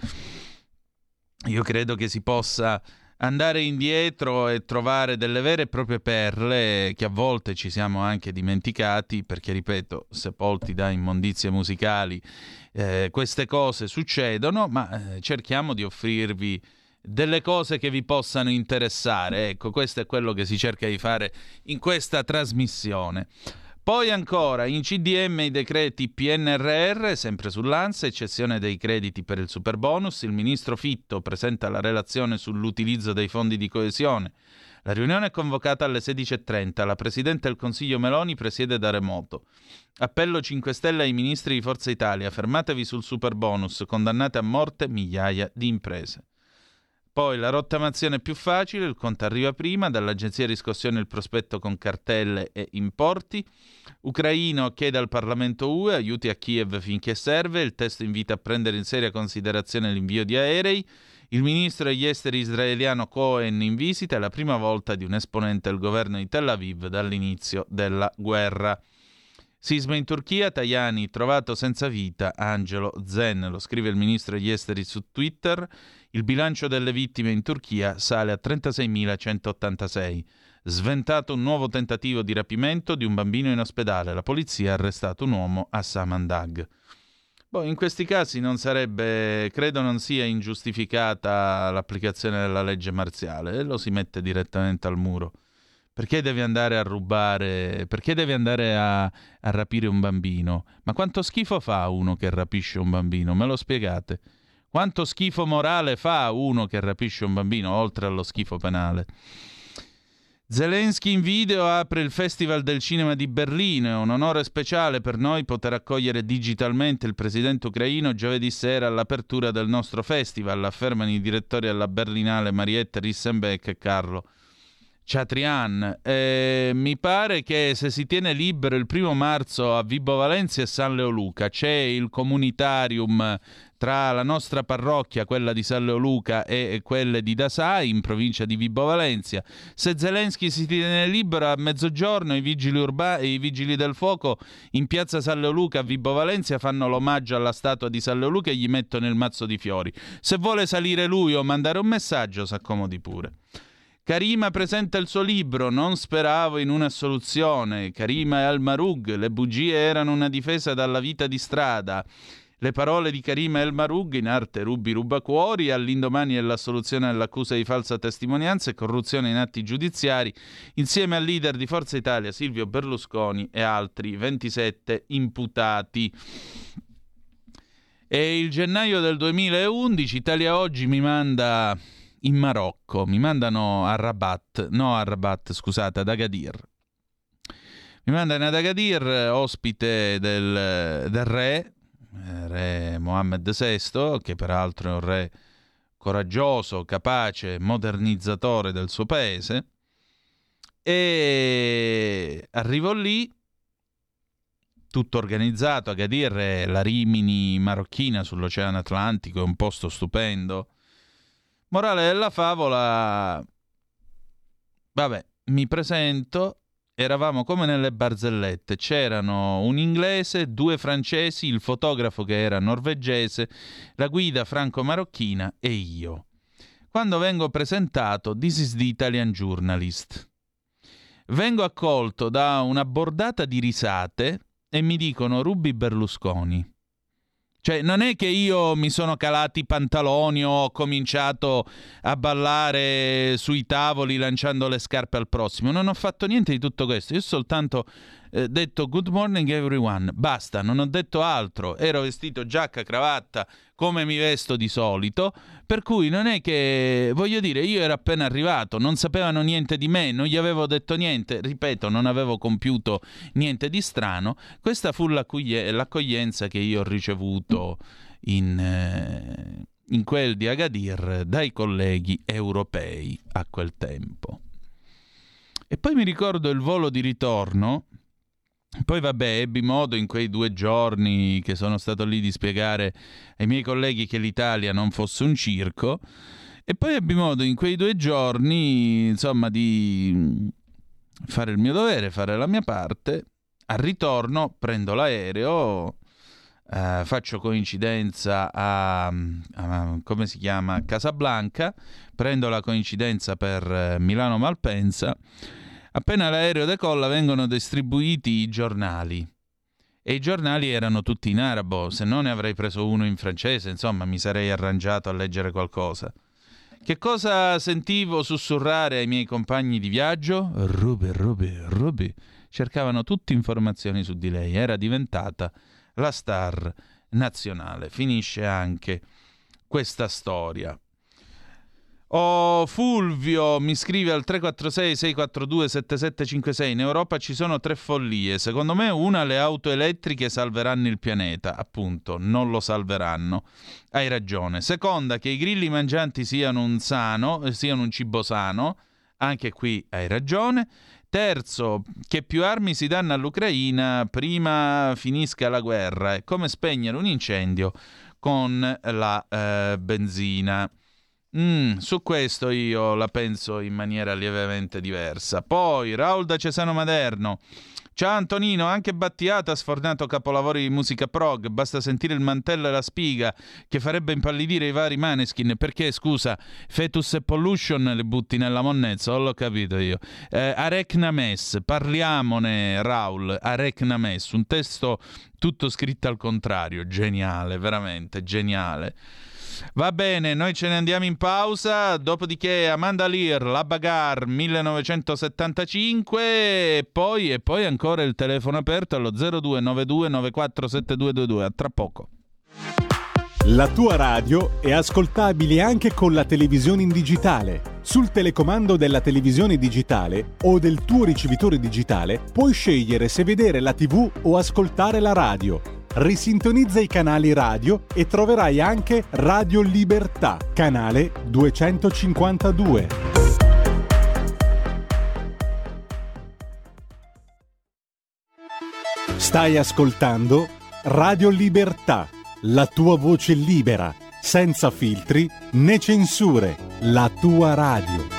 si possa andare indietro e trovare delle vere e proprie perle che a volte ci siamo anche dimenticati, perché, ripeto, sepolti da immondizie musicali, queste cose succedono, ma cerchiamo di offrirvi delle cose che vi possano interessare. Ecco, questo è quello che si cerca di fare in questa trasmissione. Poi ancora, in CDM i decreti PNRR, sempre sull'ANSA, eccezione dei crediti per il superbonus. Il ministro Fitto presenta la relazione sull'utilizzo dei fondi di coesione. La riunione è convocata alle 16:30. La Presidente del Consiglio Meloni presiede da remoto. Appello 5 Stelle ai ministri di Forza Italia: fermatevi sul superbonus, condannate a morte migliaia di imprese. Poi la rottamazione più facile, il conto arriva prima, dall'agenzia di riscossione il prospetto con cartelle e importi. Ucraino chiede al Parlamento UE aiuti a Kiev finché serve, il testo invita a prendere in seria considerazione l'invio di aerei. Il ministro degli esteri israeliano Cohen in visita, è la prima volta di un esponente del governo di Tel Aviv dall'inizio della guerra. Sisma in Turchia, Tajani trovato senza vita, Angelo Zen, lo scrive il ministro degli esteri su Twitter. Il bilancio delle vittime in Turchia sale a 36.186. Sventato un nuovo tentativo di rapimento di un bambino in ospedale. La polizia ha arrestato un uomo a Samandag. In questi casi credo non sia ingiustificata l'applicazione della legge marziale, e lo si mette direttamente al muro. Perché devi andare a rubare? Perché devi andare a rapire un bambino? Ma quanto schifo fa uno che rapisce un bambino? Me lo spiegate? Quanto schifo morale fa uno che rapisce un bambino, oltre allo schifo penale? Zelensky in video apre il Festival del Cinema di Berlino. È un onore speciale per noi poter accogliere digitalmente il presidente ucraino giovedì sera all'apertura del nostro festival, affermano i direttori alla Berlinale Mariette Rissenbeck e Carlo Chatrian. Mi pare che se si tiene libero il 1 marzo a Vibo Valentia e San Leoluca, c'è il comunitarium tra la nostra parrocchia, quella di San Leoluca, e quelle di Dasai, in provincia di Vibo Valentia. Se Zelensky si tiene libero a mezzogiorno, i vigili del fuoco in piazza San Leoluca a Vibo Valentia fanno l'omaggio alla statua di San Leoluca e gli mettono il mazzo di fiori. Se vuole salire lui o mandare un messaggio, s'accomodi pure. Karima presenta il suo libro Non speravo in una soluzione. Karima e Al-Marug, le bugie erano una difesa dalla vita di strada. Le parole di Karima El Marug, in arte Rubi Rubacuori, all'indomani dell'assoluzione dell'accusa di falsa testimonianza e corruzione in atti giudiziari, insieme al leader di Forza Italia Silvio Berlusconi e altri 27 imputati. E il gennaio del 2011 Italia Oggi mi manda in Marocco, mi mandano ad Agadir. Mi mandano ad Agadir, ospite del re Mohammed VI, che peraltro è un re coraggioso, capace, modernizzatore del suo paese, e arrivo lì, tutto organizzato. Agadir è la Rimini marocchina sull'Oceano Atlantico, è un posto stupendo. Morale della favola, mi presento. Eravamo come nelle barzellette, c'erano un inglese, 2 francesi, il fotografo che era norvegese, la guida franco-marocchina e io. Quando vengo presentato, this is the Italian journalist. vengo accolto da una bordata di risate e mi dicono Ruby Berlusconi. Cioè, non è che io mi sono calati i pantaloni o ho cominciato a ballare sui tavoli lanciando le scarpe al prossimo. Non ho fatto niente di tutto questo. Io ho soltanto detto good morning everyone. Basta, non ho detto altro. Ero vestito giacca, cravatta, come mi vesto di solito. Per cui non è che, voglio dire, io ero appena arrivato, non sapevano niente di me, non gli avevo detto niente. Ripeto, non avevo compiuto niente di strano. Questa fu l'accoglienza che io ho ricevuto in quel di Agadir dai colleghi europei a quel tempo. E poi mi ricordo il volo di ritorno. Poi vabbè, ebbi modo in quei 2 giorni che sono stato lì di spiegare ai miei colleghi che l'Italia non fosse un circo, e poi ebbi modo in quei 2 giorni, insomma, di fare il mio dovere, fare la mia parte. Al ritorno prendo l'aereo, faccio coincidenza a come si chiama, Casablanca, prendo la coincidenza per Milano Malpensa. Appena l'aereo decolla vengono distribuiti i giornali e i giornali erano tutti in arabo, se no ne avrei preso uno in francese, insomma mi sarei arrangiato a leggere qualcosa. Che cosa sentivo sussurrare ai miei compagni di viaggio? Ruby. Cercavano tutte informazioni su di lei, era diventata la star nazionale. Finisce anche questa storia. Fulvio mi scrive al 346-642-7756. In Europa ci sono 3 follie. Secondo me una, le auto elettriche salveranno il pianeta. Appunto, non lo salveranno. Hai ragione. Seconda, che i grilli mangianti siano un cibo sano. Anche qui hai ragione. Terzo, che più armi si danno all'Ucraina prima finisca la guerra. È come spegnere un incendio con la benzina. Su questo io la penso in maniera lievemente diversa. Poi Raul da Cesano Maderno. Ciao Antonino, anche Battiato ha sfornato capolavori di musica prog, basta sentire il mantello e la spiga che farebbe impallidire i vari Maneskin. Perché, scusa, Fetus e Pollution le butti nella monnezza? Non l'ho capito io. Arecna Mess, parliamone Raul, Arecna Mess, un testo tutto scritto al contrario, geniale, veramente geniale. Va bene, noi ce ne andiamo in pausa, dopodiché Amanda Lear, La Bagarre 1975 e poi ancora il telefono aperto allo 0292 947222. A tra poco. La tua radio è ascoltabile anche con la televisione in digitale. Sul telecomando della televisione digitale o del tuo ricevitore digitale puoi scegliere se vedere la TV o ascoltare la radio. Risintonizza i canali radio e troverai anche Radio Libertà, canale 252. Stai ascoltando Radio Libertà, la tua voce libera, senza filtri né censure, la tua radio.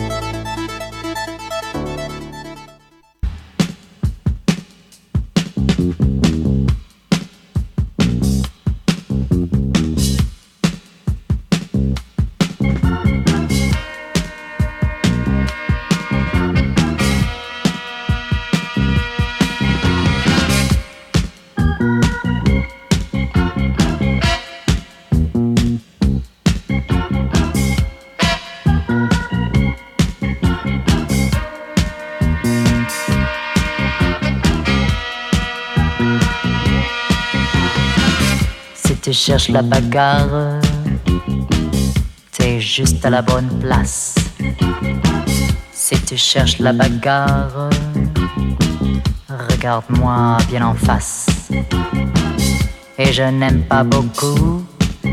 Tu cherches la bagarre, t'es juste à la bonne place. Si tu cherches la bagarre, regarde-moi bien en face. Et je n'aime pas beaucoup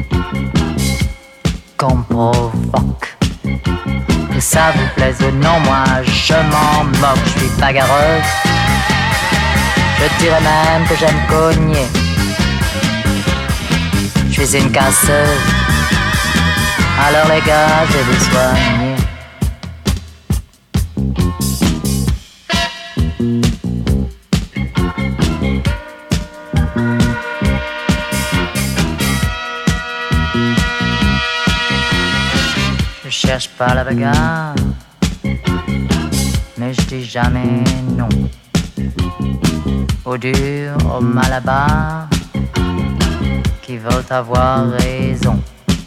qu'on provoque. Que ça vous plaise ou non, moi je m'en moque. Je suis bagarreuse, je dirais même que j'aime cogner. Je suis une casseuse, alors les gars, je vais vous soigner. Je cherche pas la bagarre, mais je dis jamais non. Au dur, au malabar, qui veut avoir raison.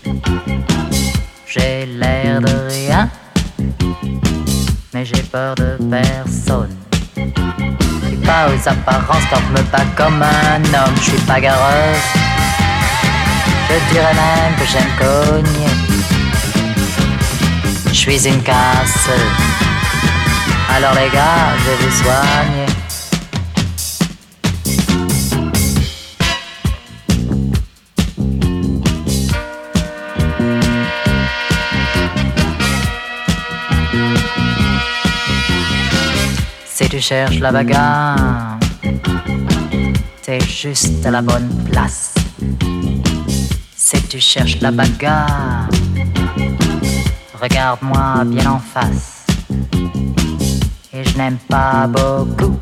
J'ai l'air de rien, mais j'ai peur de personne. Je suis pas aux apparences, porte-me pas comme un homme, je suis bagarreuse. Je dirais même que j'aime cogner. Je suis une casseuse. Alors les gars, je vais vous soigner. Si tu cherches la bagarre, t'es juste à la bonne place. Si tu cherches la bagarre, regarde-moi bien en face. Et je n'aime pas beaucoup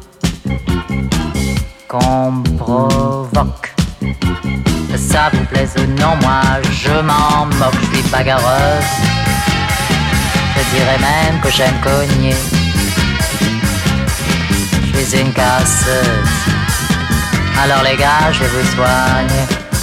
qu'on me provoque. Que ça vous plaise ou non, moi je m'en moque. Je suis bagarreuse, je dirais même que j'aime cogner. Je suis une casseuse. Alors les gars, je vais vous soigner.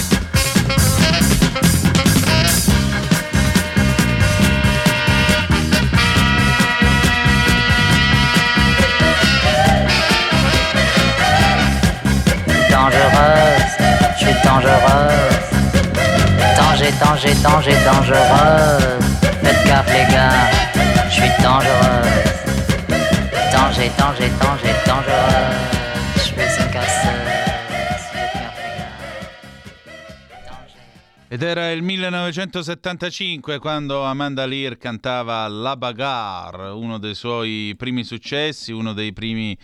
Dangereuse, je suis dangereuse. Danger, dangereuse. Faites gaffe les gars, je suis dangereuse. Danger, dangereuse. Je suis une casseuse. Faites gaffe les gars. Danger. Ed era il 1975 quando Amanda Lear cantava La Bagarre, uno dei suoi primi successi, uno dei primi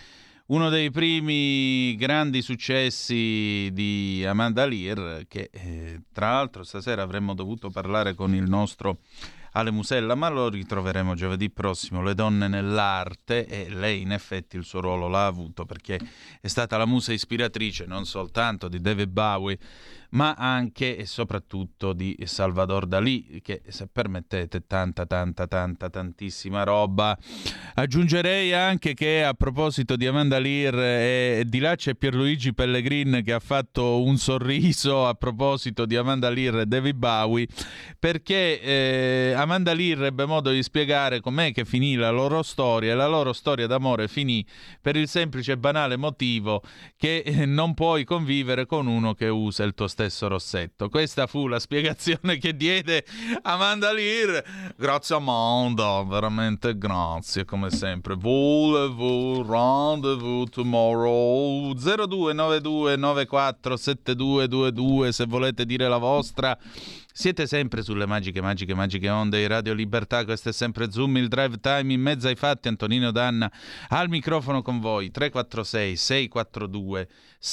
grandi successi di Amanda Lear, che tra l'altro stasera avremmo dovuto parlare con il nostro Ale Musella, ma lo ritroveremo giovedì prossimo. Le donne nell'arte, e lei in effetti il suo ruolo l'ha avuto, perché è stata la musa ispiratrice non soltanto di David Bowie, ma anche e soprattutto di Salvador Dalì, che, se permettete, tantissima roba. Aggiungerei anche che, a proposito di Amanda Lear, di là c'è Pierluigi Pellegrin che ha fatto un sorriso a proposito di Amanda Lear e David Bowie, perché Amanda Lear ebbe modo di spiegare com'è che finì la loro storia, e la loro storia d'amore finì per il semplice e banale motivo che non puoi convivere con uno che usa il tuo stesso rossetto. Questa fu la spiegazione che diede Amanda Lear. Grazie Amanda, veramente grazie come sempre. Volevo rendezvous tomorrow 0292 947222 se volete dire la vostra. Siete sempre sulle magiche onde di Radio Libertà. Questo è sempre Zoom, il drive time in mezzo ai fatti. Antonino Danna al microfono con voi. 346 642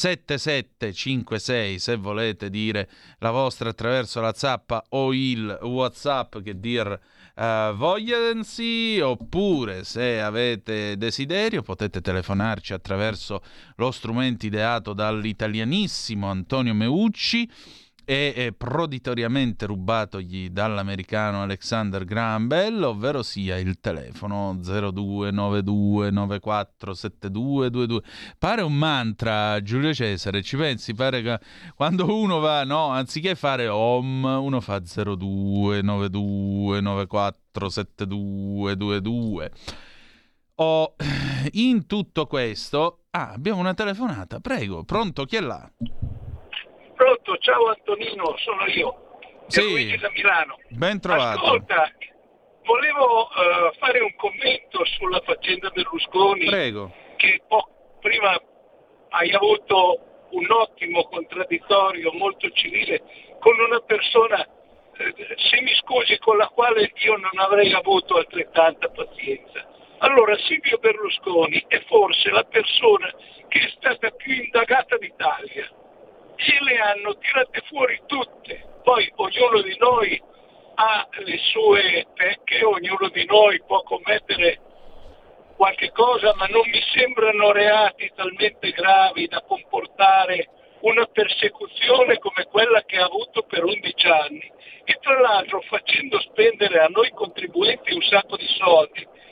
7756 se volete dire la vostra attraverso la zappa o il WhatsApp, che dir vogliansi, oppure se avete desiderio potete telefonarci attraverso lo strumento ideato dall'italianissimo Antonio Meucci e proditoriamente rubatogli dall'americano Alexander Graham Bell, ovvero sia il telefono 0292 947222. Pare un mantra, Giulio Cesare, ci pensi? Pare che quando uno va, no, anziché fare OM, uno fa 0292 947222. In tutto questo, abbiamo una telefonata, prego, pronto, chi è là? Pronto, ciao Antonino, sono io, Luigi da Milano. Ben trovato. Ascolta, volevo fare un commento sulla faccenda Berlusconi. Prego. Che prima hai avuto un ottimo contraddittorio molto civile con una persona, se mi scusi, con la quale io non avrei avuto altrettanta pazienza. Allora, Silvio Berlusconi è forse la persona che è stata più indagata d'Italia. E le hanno tirate fuori tutte. Poi ognuno di noi ha le sue pecche, ognuno di noi può commettere qualche cosa, ma non mi sembrano reati talmente gravi da comportare una persecuzione come quella che ha avuto per 11 anni, e tra l'altro facendo spendere a noi contribuenti un sacco di soldi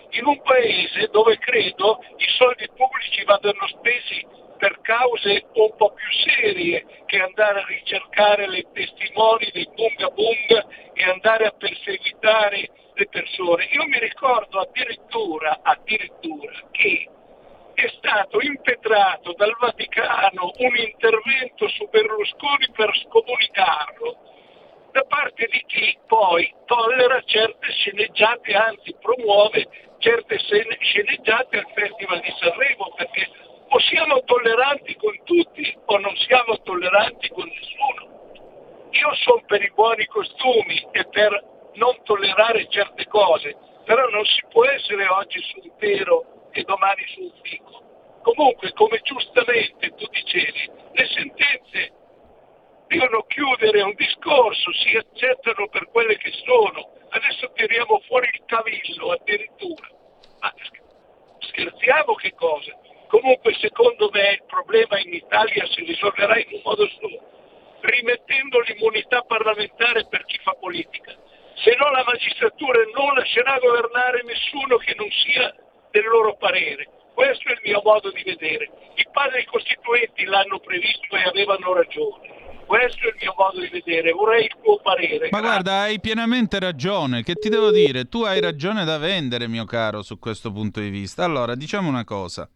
in un paese dove credo i soldi pubblici vadano spesi per cause un po' più serie che andare a ricercare le testimoni dei bunga bunga e andare a perseguitare le persone. Io mi ricordo addirittura che è stato impetrato dal Vaticano un intervento su Berlusconi per scomunicarlo da parte di chi poi tollera certe sceneggiate, anzi promuove certe sceneggiate al Festival di Sanremo, perché o siamo tolleranti con tutti o non siamo tolleranti con nessuno. Io sono per i buoni costumi e per non tollerare certe cose, però non si può essere oggi su un pero e domani su un fico. Comunque, come giustamente tu dicevi, le sentenze devono chiudere un discorso, si accettano per quelle che sono. Adesso tiriamo fuori il cavillo addirittura. Ma scherziamo, che cosa? Comunque secondo me il problema in Italia si risolverà in un modo solo, rimettendo l'immunità parlamentare per chi fa politica. Se no la magistratura non lascerà governare nessuno che non sia del loro parere. Questo è il mio modo di vedere. I padri costituenti l'hanno previsto e avevano ragione. Questo è il mio modo di vedere, vorrei il tuo parere. Ma guarda, hai pienamente ragione, che ti devo dire? Tu hai ragione da vendere, mio caro, su questo punto di vista. Allora, diciamo una cosa.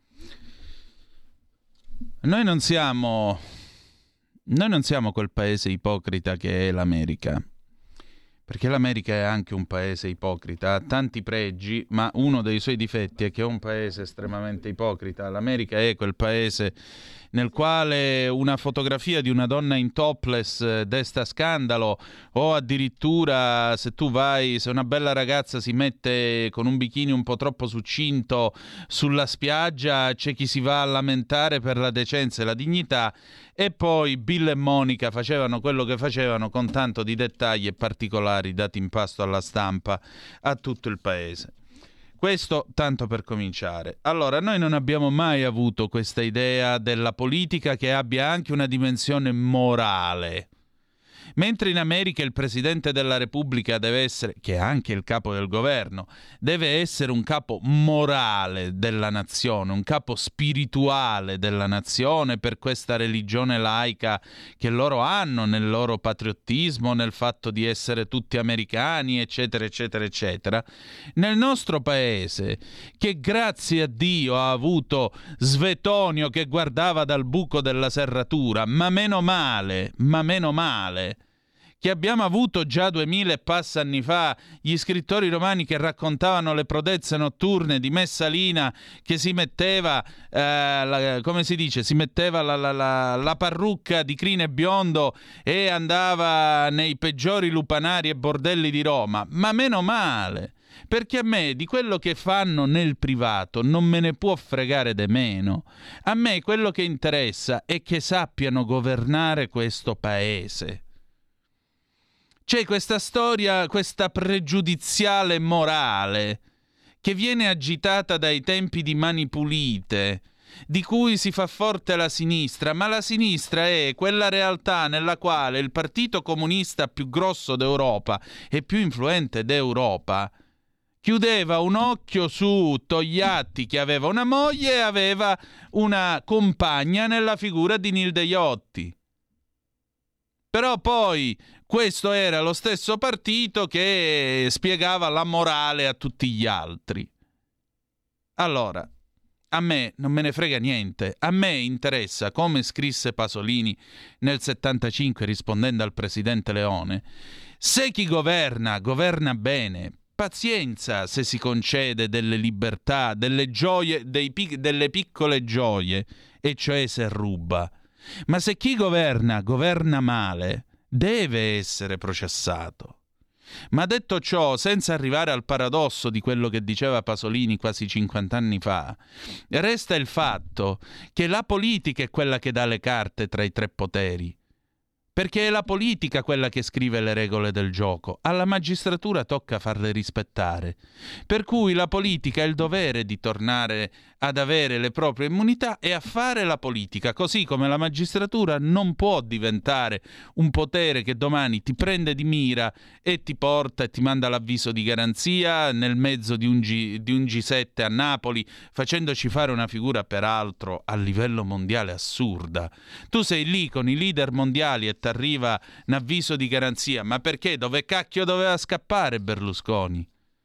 Noi non siamo quel paese ipocrita che è l'America, perché l'America è anche un paese ipocrita, ha tanti pregi, ma uno dei suoi difetti è che è un paese estremamente ipocrita. L'America è quel paese nel quale una fotografia di una donna in topless desta scandalo, o addirittura se una bella ragazza si mette con un bikini un po' troppo succinto sulla spiaggia, c'è chi si va a lamentare per la decenza e la dignità, e poi Bill e Monica facevano quello che facevano con tanto di dettagli e particolari dati in pasto alla stampa a tutto il paese. Questo tanto per cominciare. Allora, noi non abbiamo mai avuto questa idea della politica che abbia anche una dimensione morale. Mentre in America il Presidente della Repubblica deve essere, che è anche il capo del governo, deve essere un capo morale della nazione, un capo spirituale della nazione per questa religione laica che loro hanno nel loro patriottismo, nel fatto di essere tutti americani, eccetera, eccetera, eccetera. Nel nostro paese, che grazie a Dio ha avuto Svetonio che guardava dal buco della serratura, ma meno male, che abbiamo avuto già 2000 e passa anni fa gli scrittori romani che raccontavano le prodezze notturne di Messalina, che si metteva, si metteva la parrucca di crine biondo e andava nei peggiori lupanari e bordelli di Roma. Ma meno male, perché a me di quello che fanno nel privato non me ne può fregare de meno. A me quello che interessa è che sappiano governare questo paese. C'è questa storia, questa pregiudiziale morale che viene agitata dai tempi di Mani Pulite, di cui si fa forte la sinistra, ma la sinistra è quella realtà nella quale il partito comunista più grosso d'Europa e più influente d'Europa chiudeva un occhio su Togliatti, che aveva una moglie e aveva una compagna nella figura di Nilde Iotti. Però poi questo era lo stesso partito che spiegava la morale a tutti gli altri. Allora, a me non me ne frega niente. A me interessa, come scrisse Pasolini nel 75 rispondendo al presidente Leone, se chi governa governa bene, pazienza se si concede delle libertà, delle gioie, delle piccole gioie, e cioè se ruba. Ma se chi governa male, deve essere processato. Ma detto ciò, senza arrivare al paradosso di quello che diceva Pasolini quasi 50 anni fa, resta il fatto che la politica è quella che dà le carte tra i tre poteri. Perché è la politica quella che scrive le regole del gioco. Alla magistratura tocca farle rispettare. Per cui la politica ha il dovere di tornare ad avere le proprie immunità e a fare la politica, così come la magistratura non può diventare un potere che domani ti prende di mira e ti porta e ti manda l'avviso di garanzia nel mezzo di un G7 a Napoli, facendoci fare una figura peraltro a livello mondiale assurda. Tu sei lì con i leader mondiali e ti arriva un avviso di garanzia, ma perché? Dove cacchio doveva scappare Berlusconi?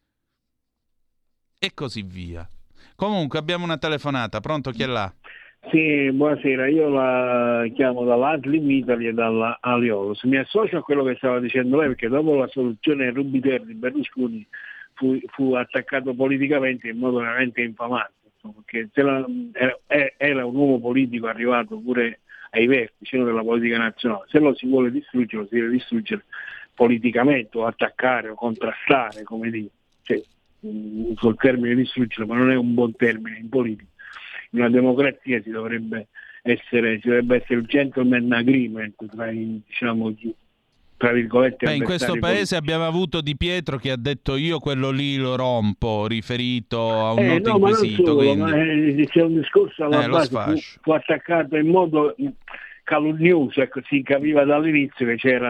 E così via. Comunque abbiamo una telefonata, pronto, chi è là? Sì, buonasera, io la chiamo dall'Adlim Italy e dalla Aliolus. Mi associo a quello che stava dicendo lei, perché dopo la soluzione Ruby-Ter di Berlusconi fu attaccato politicamente in modo veramente infamante, insomma, perché era un uomo politico arrivato pure ai vertici della politica nazionale. Se lo si vuole distruggere, lo si deve distruggere politicamente, o attaccare o contrastare, come dire. Cioè, uso il termine distruggere, ma non è un buon termine in politica. In una democrazia ci dovrebbe essere il gentleman agreement tra i, diciamo, tra virgolette. In questo paese abbiamo avuto Di Pietro che ha detto io quello lì lo rompo, riferito a un noto inquisito. Ma c'è un discorso alla base, fu attaccato in modo calunnioso, ecco, si capiva dall'inizio che era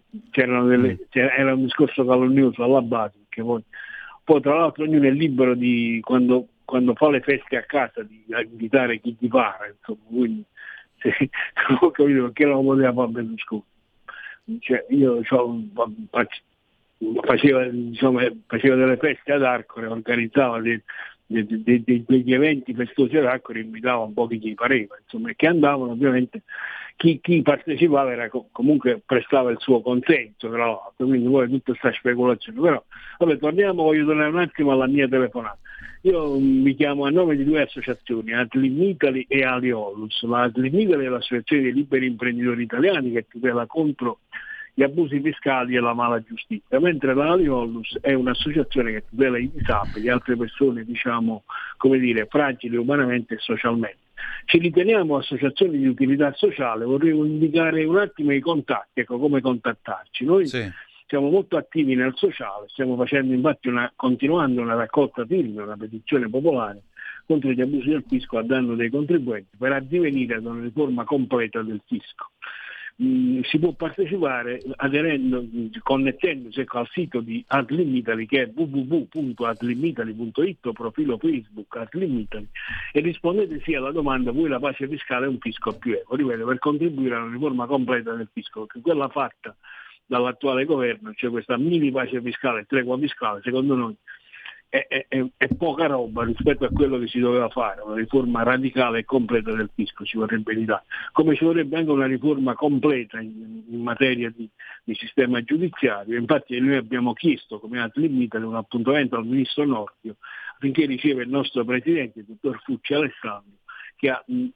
un discorso calunnioso alla base, perché poi tra l'altro ognuno è libero di quando fa le feste a casa di invitare chi ti pare, insomma, quindi non ho capito perché non lo poteva fare Berlusconi. Cioè, io facevo delle feste ad Arcore, organizzava degli eventi festosi ad Arcore, invitava un po' chi gli pareva, insomma, e che andavano ovviamente, chi partecipava era comunque prestava il suo consenso, tra l'altro, quindi poi tutta questa speculazione. Però voglio tornare un attimo alla mia telefonata. Io mi chiamo a nome di due associazioni, Adlim Italy e Aliolus. La Adlim Italy è l'associazione dei liberi imprenditori italiani che tutela contro gli abusi fiscali e la mala giustizia, mentre la Aliolus è un'associazione che tutela i disabili e altre persone, diciamo, come dire, fragili umanamente e socialmente. Ci riteniamo associazioni di utilità sociale, vorrei indicare un attimo i contatti, ecco come contattarci. Noi siamo molto attivi nel sociale, stiamo facendo infatti continuando una raccolta firme, una petizione popolare contro gli abusi del fisco a danno dei contribuenti per addivenire ad una riforma completa del fisco. Si può partecipare connettendosi al sito di Adlim Italy, che è www.adlimitaly.it, profilo Facebook Adlim Italy, e rispondete sì alla domanda: vuoi la pace fiscale e un fisco più equo? Ripeto, per contribuire a una riforma completa del fisco, perché quella fatta dall'attuale governo, cioè questa mini pace fiscale, tregua fiscale, secondo noi è poca roba rispetto a quello che si doveva fare, una riforma radicale e completa del fisco ci vorrebbe in Italia, come ci vorrebbe anche una riforma completa in materia di sistema giudiziario. Infatti noi abbiamo chiesto come Adlim Italy un appuntamento al ministro Nordio affinché riceva il nostro presidente, il dottor Fucci Alessandro, che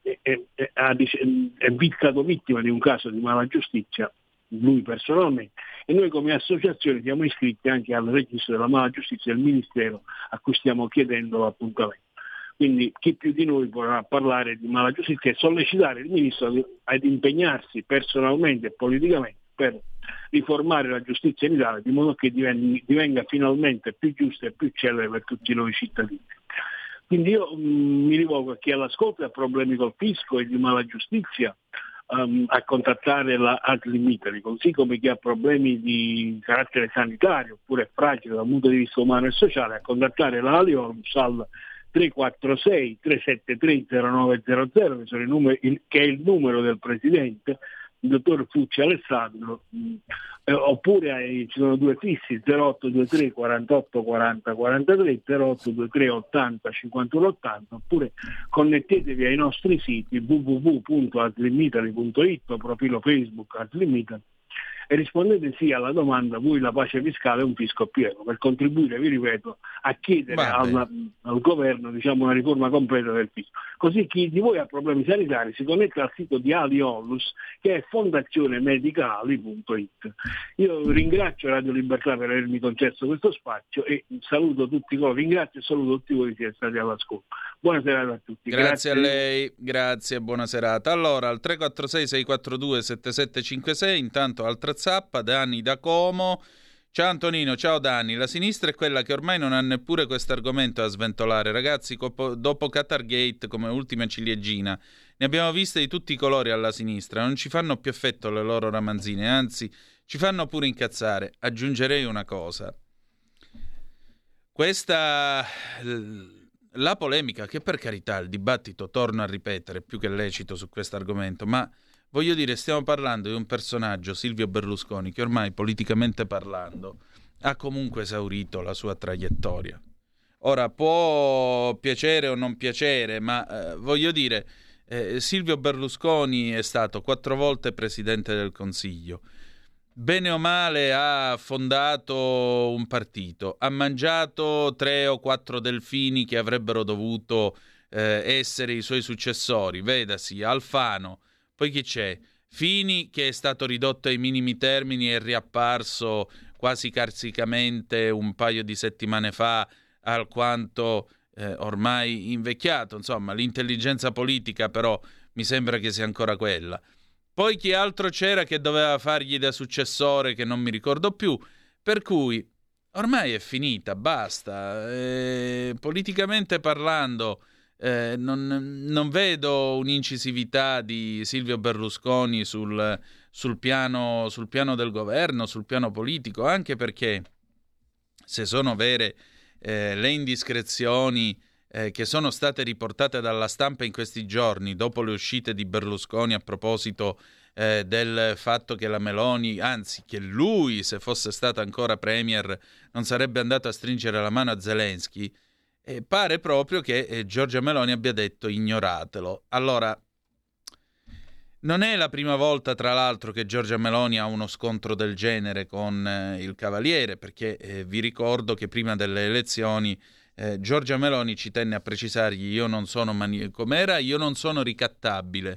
è stato vittima di un caso di mala giustizia, lui personalmente, e noi come associazione siamo iscritti anche al registro della mala giustizia del Ministero a cui stiamo chiedendo l'appuntamento. Quindi chi più di noi potrà parlare di mala giustizia e sollecitare il Ministro ad impegnarsi personalmente e politicamente per riformare la giustizia in Italia, di modo che divenga finalmente più giusta e più celere per tutti noi cittadini. Quindi io mi rivolgo a chi all'ascolto ha problemi col fisco e di mala giustizia, a contattare la Adlim Italy, così come chi ha problemi di carattere sanitario oppure fragile dal punto di vista umano e sociale, a contattare la Aliolus al 346 373 0900, che è il numero del presidente, il dottor Fucci Alessandro, oppure ci sono due fissi, 0823 48 40 43, 0823 80 51 80, oppure connettetevi ai nostri siti www.adlimitaly.it, profilo Facebook Adlim Italy, e rispondete sì alla domanda: vuoi la pace fiscale e un fisco più equo, per contribuire, vi ripeto, a chiedere al governo, diciamo, una riforma completa del fisco. Così chi di voi ha problemi sanitari si connetta al sito di Ali Onlus, che è fondazionemedicali.it. Io ringrazio Radio Libertà per avermi concesso questo spazio e saluto tutti voi, ringrazio e saluto tutti voi che siete stati all'ascolto. Buona serata a tutti. Grazie a lei, grazie, buona serata. Allora, al 346-642-7756, intanto altra zappa, Dani da Como. Ciao Antonino, ciao Dani. La sinistra è quella che ormai non ha neppure questo argomento a sventolare. Ragazzi, dopo Qatargate come ultima ciliegina, ne abbiamo viste di tutti i colori alla sinistra. Non ci fanno più effetto le loro ramanzine, anzi, ci fanno pure incazzare. Aggiungerei una cosa. La polemica, che per carità il dibattito, torno a ripetere, è più che lecito su questo argomento, ma voglio dire, stiamo parlando di un personaggio, Silvio Berlusconi, che ormai politicamente parlando ha comunque esaurito la sua traiettoria. Ora, può piacere o non piacere, ma voglio dire, Silvio Berlusconi è stato 4 volte Presidente del Consiglio. Bene o male ha fondato un partito, ha mangiato 3 o 4 delfini che avrebbero dovuto essere i suoi successori, vedasi Alfano. Poi chi c'è? Fini, che è stato ridotto ai minimi termini e riapparso quasi carsicamente un paio di settimane fa, alquanto ormai invecchiato. Insomma, l'intelligenza politica però mi sembra che sia ancora quella. Poi chi altro c'era che doveva fargli da successore, che non mi ricordo più, per cui ormai è finita, basta. Politicamente parlando, non vedo un'incisività di Silvio Berlusconi sul piano del governo, sul piano politico, anche perché se sono vere le indiscrezioni che sono state riportate dalla stampa in questi giorni dopo le uscite di Berlusconi a proposito del fatto che la Meloni, anzi che lui, se fosse stato ancora premier, non sarebbe andato a stringere la mano a Zelensky. Pare proprio che Giorgia Meloni abbia detto ignoratelo. Allora, non è la prima volta, tra l'altro, che Giorgia Meloni ha uno scontro del genere con il Cavaliere, perché vi ricordo che prima delle elezioni Giorgia Meloni ci tenne a precisargli: io non sono com'era, io non sono ricattabile.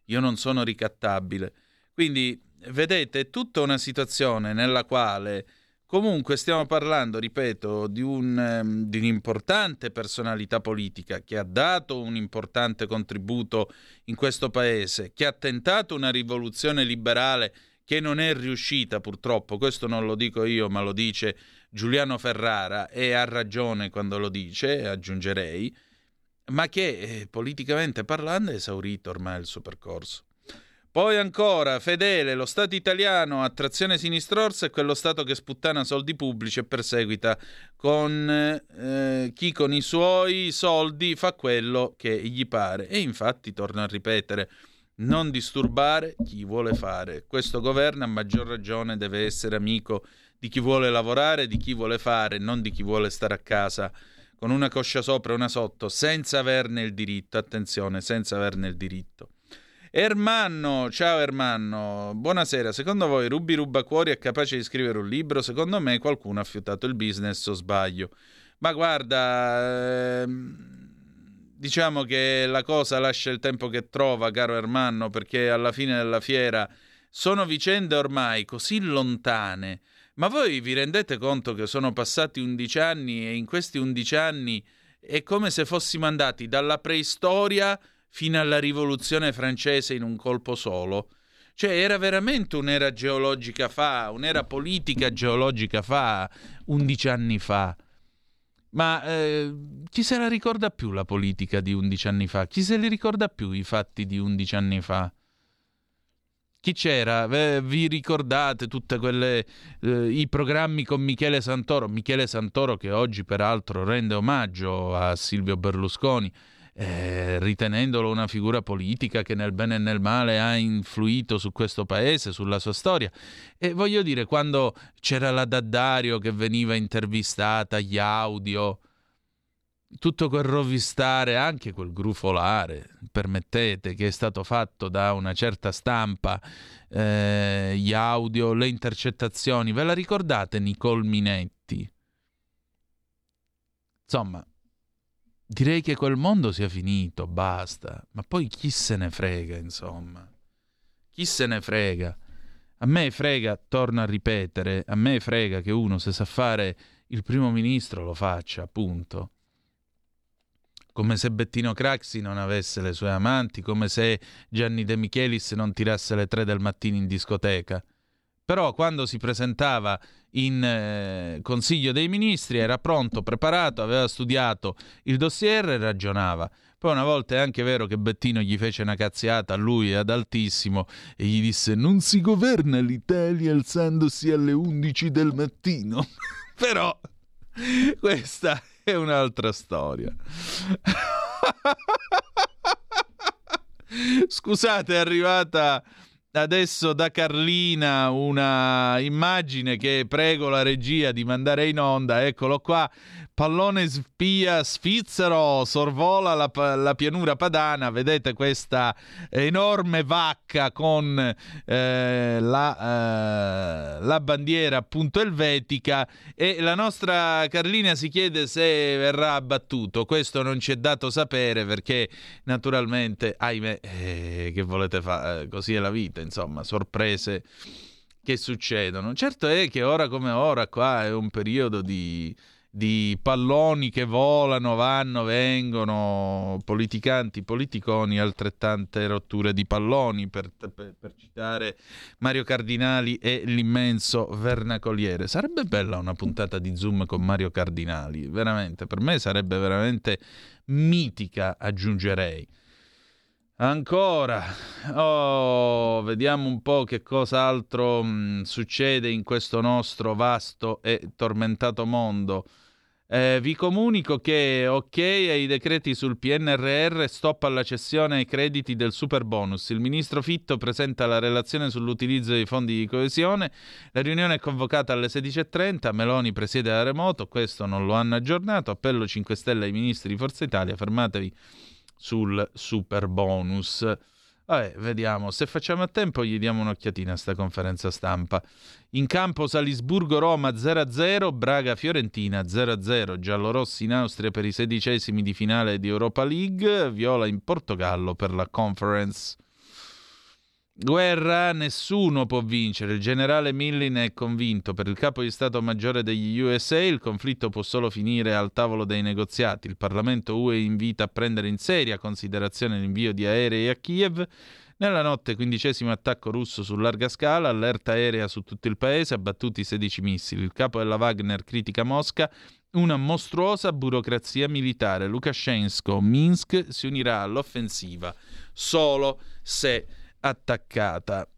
Quindi, vedete, è tutta una situazione nella quale comunque stiamo parlando, ripeto, di un'importante personalità politica che ha dato un importante contributo in questo paese, che ha tentato una rivoluzione liberale che non è riuscita purtroppo. Questo non lo dico io, ma lo dice Giuliano Ferrara, e ha ragione quando lo dice, aggiungerei, ma che politicamente parlando è esaurito ormai il suo percorso. Poi ancora, fedele, lo Stato italiano a trazione sinistrorsa è quello Stato che sputtana soldi pubblici e perseguita con chi con i suoi soldi fa quello che gli pare. E infatti, torno a ripetere, non disturbare chi vuole fare. Questo governo a maggior ragione deve essere amico di chi vuole lavorare, di chi vuole fare, non di chi vuole stare a casa con una coscia sopra e una sotto, senza averne il diritto. Attenzione, senza averne il diritto. Ermanno, ciao Ermanno, buonasera. Secondo voi Ruby Rubacuori è capace di scrivere un libro? Secondo me qualcuno ha fiutato il business, o sbaglio? Ma guarda, diciamo che la cosa lascia il tempo che trova, caro Ermanno, perché alla fine della fiera sono vicende ormai così lontane. Ma voi vi rendete conto che sono passati 11 anni e in questi 11 anni è come se fossimo andati dalla preistoria fino alla rivoluzione francese in un colpo solo? Cioè, era veramente un'era geologica fa, un'era politica geologica fa, 11 anni fa. Ma chi se la ricorda più la politica di 11 anni fa? Chi se li ricorda più i fatti di 11 anni fa? Chi c'era? Vi ricordate tutte quelle i programmi con Michele Santoro? Michele Santoro che oggi peraltro rende omaggio a Silvio Berlusconi, ritenendolo una figura politica che nel bene e nel male ha influito su questo paese, sulla sua storia. E voglio dire, quando c'era la D'Addario che veniva intervistata, gli audio, tutto quel rovistare, anche quel grufolare, permettete, che è stato fatto da una certa stampa, gli audio, le intercettazioni, ve la ricordate Nicole Minetti? Insomma, direi che quel mondo sia finito, basta. Ma poi chi se ne frega, insomma. Chi se ne frega? A me frega, torno a ripetere, a me frega che uno, se sa fare il primo ministro, lo faccia, appunto. Come se Bettino Craxi non avesse le sue amanti, come se Gianni De Michelis non tirasse le 3 del mattino in discoteca. Però quando si presentava in Consiglio dei Ministri era pronto, preparato, aveva studiato il dossier e ragionava. Poi una volta è anche vero che Bettino gli fece una cazziata a lui ad altissimo e gli disse: non si governa l'Italia alzandosi alle 11 del mattino. Però questa è un'altra storia. Scusate, è arrivata adesso da Carlina una immagine che prego la regia di mandare in onda. Eccolo qua: pallone spia svizzero sorvola la pianura padana. Vedete questa enorme vacca con la bandiera appunto elvetica, e la nostra Carlina si chiede se verrà abbattuto. Questo non ci è dato sapere perché naturalmente, ahimè, che volete fare, così è la vita, insomma, sorprese che succedono. Certo è che ora come ora qua è un periodo di palloni che volano, vanno, vengono, politicanti, politiconi, altrettante rotture di palloni, per citare Mario Cardinali e l'immenso Vernacoliere. Sarebbe bella una puntata di Zoom con Mario Cardinali, veramente, per me sarebbe veramente mitica, aggiungerei. Ancora, vediamo un po' che cos'altro succede in questo nostro vasto e tormentato mondo. Vi comunico che ok ai decreti sul PNRR, stop alla cessione ai crediti del superbonus. Il ministro Fitto presenta la relazione sull'utilizzo dei fondi di coesione. La riunione è convocata alle 16:30. Meloni presiede da remoto, questo non lo hanno aggiornato. Appello 5 Stelle ai ministri di Forza Italia, fermatevi sul super bonus. Vabbè, vediamo, se facciamo a tempo gli diamo un'occhiatina a sta conferenza stampa. In campo Salisburgo-Roma 0-0, Braga-Fiorentina 0-0, giallorossi in Austria per i 16esimi di finale di Europa League, viola in Portogallo per la Conference. Guerra, nessuno può vincere. Il generale Milley è convinto. Per il capo di Stato Maggiore degli USA il conflitto può solo finire al tavolo dei negoziati. Il Parlamento UE invita a prendere in seria considerazione l'invio di aerei a Kiev. Nella notte 15° attacco russo su larga scala, allerta aerea su tutto il paese, abbattuti 16 missili. Il capo della Wagner critica Mosca, una mostruosa burocrazia militare. Lukashenko, Minsk si unirà all'offensiva solo se attaccata.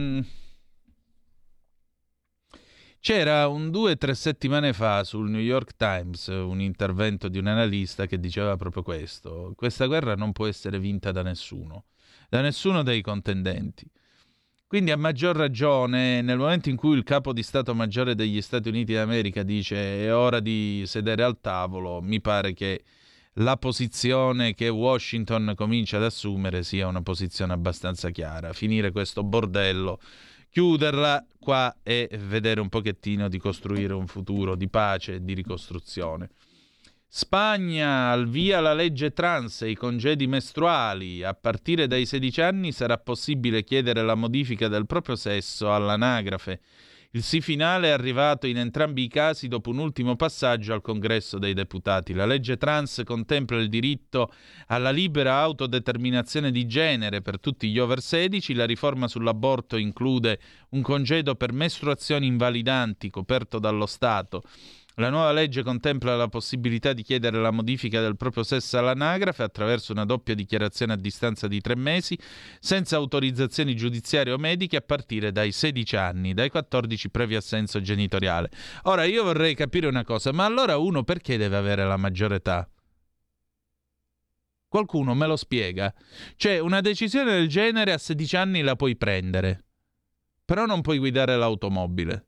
C'era 2 o 3 settimane fa sul New York Times un intervento di un analista che diceva proprio questo: questa guerra non può essere vinta da nessuno dei contendenti. Quindi a maggior ragione nel momento in cui il capo di Stato Maggiore degli Stati Uniti d'America dice è ora di sedere al tavolo, mi pare che la posizione che Washington comincia ad assumere sia una posizione abbastanza chiara: finire questo bordello, chiuderla qua e vedere un pochettino di costruire un futuro di pace e di ricostruzione. Spagna, al via la legge trans e i congedi mestruali. A partire dai 16 anni sarà possibile chiedere la modifica del proprio sesso all'anagrafe. Il sì finale è arrivato in entrambi i casi dopo un ultimo passaggio al Congresso dei Deputati. La legge trans contempla il diritto alla libera autodeterminazione di genere per tutti gli over 16. La riforma sull'aborto include un congedo per mestruazioni invalidanti coperto dallo Stato. La nuova legge contempla la possibilità di chiedere la modifica del proprio sesso all'anagrafe attraverso una doppia dichiarazione a distanza di 3 mesi, senza autorizzazioni giudiziarie o mediche, a partire dai 16 anni, dai 14 previo assenso genitoriale. Ora io vorrei capire una cosa, ma allora uno perché deve avere la maggiore età? Qualcuno me lo spiega? Cioè, una decisione del genere a 16 anni la puoi prendere, però non puoi guidare l'automobile.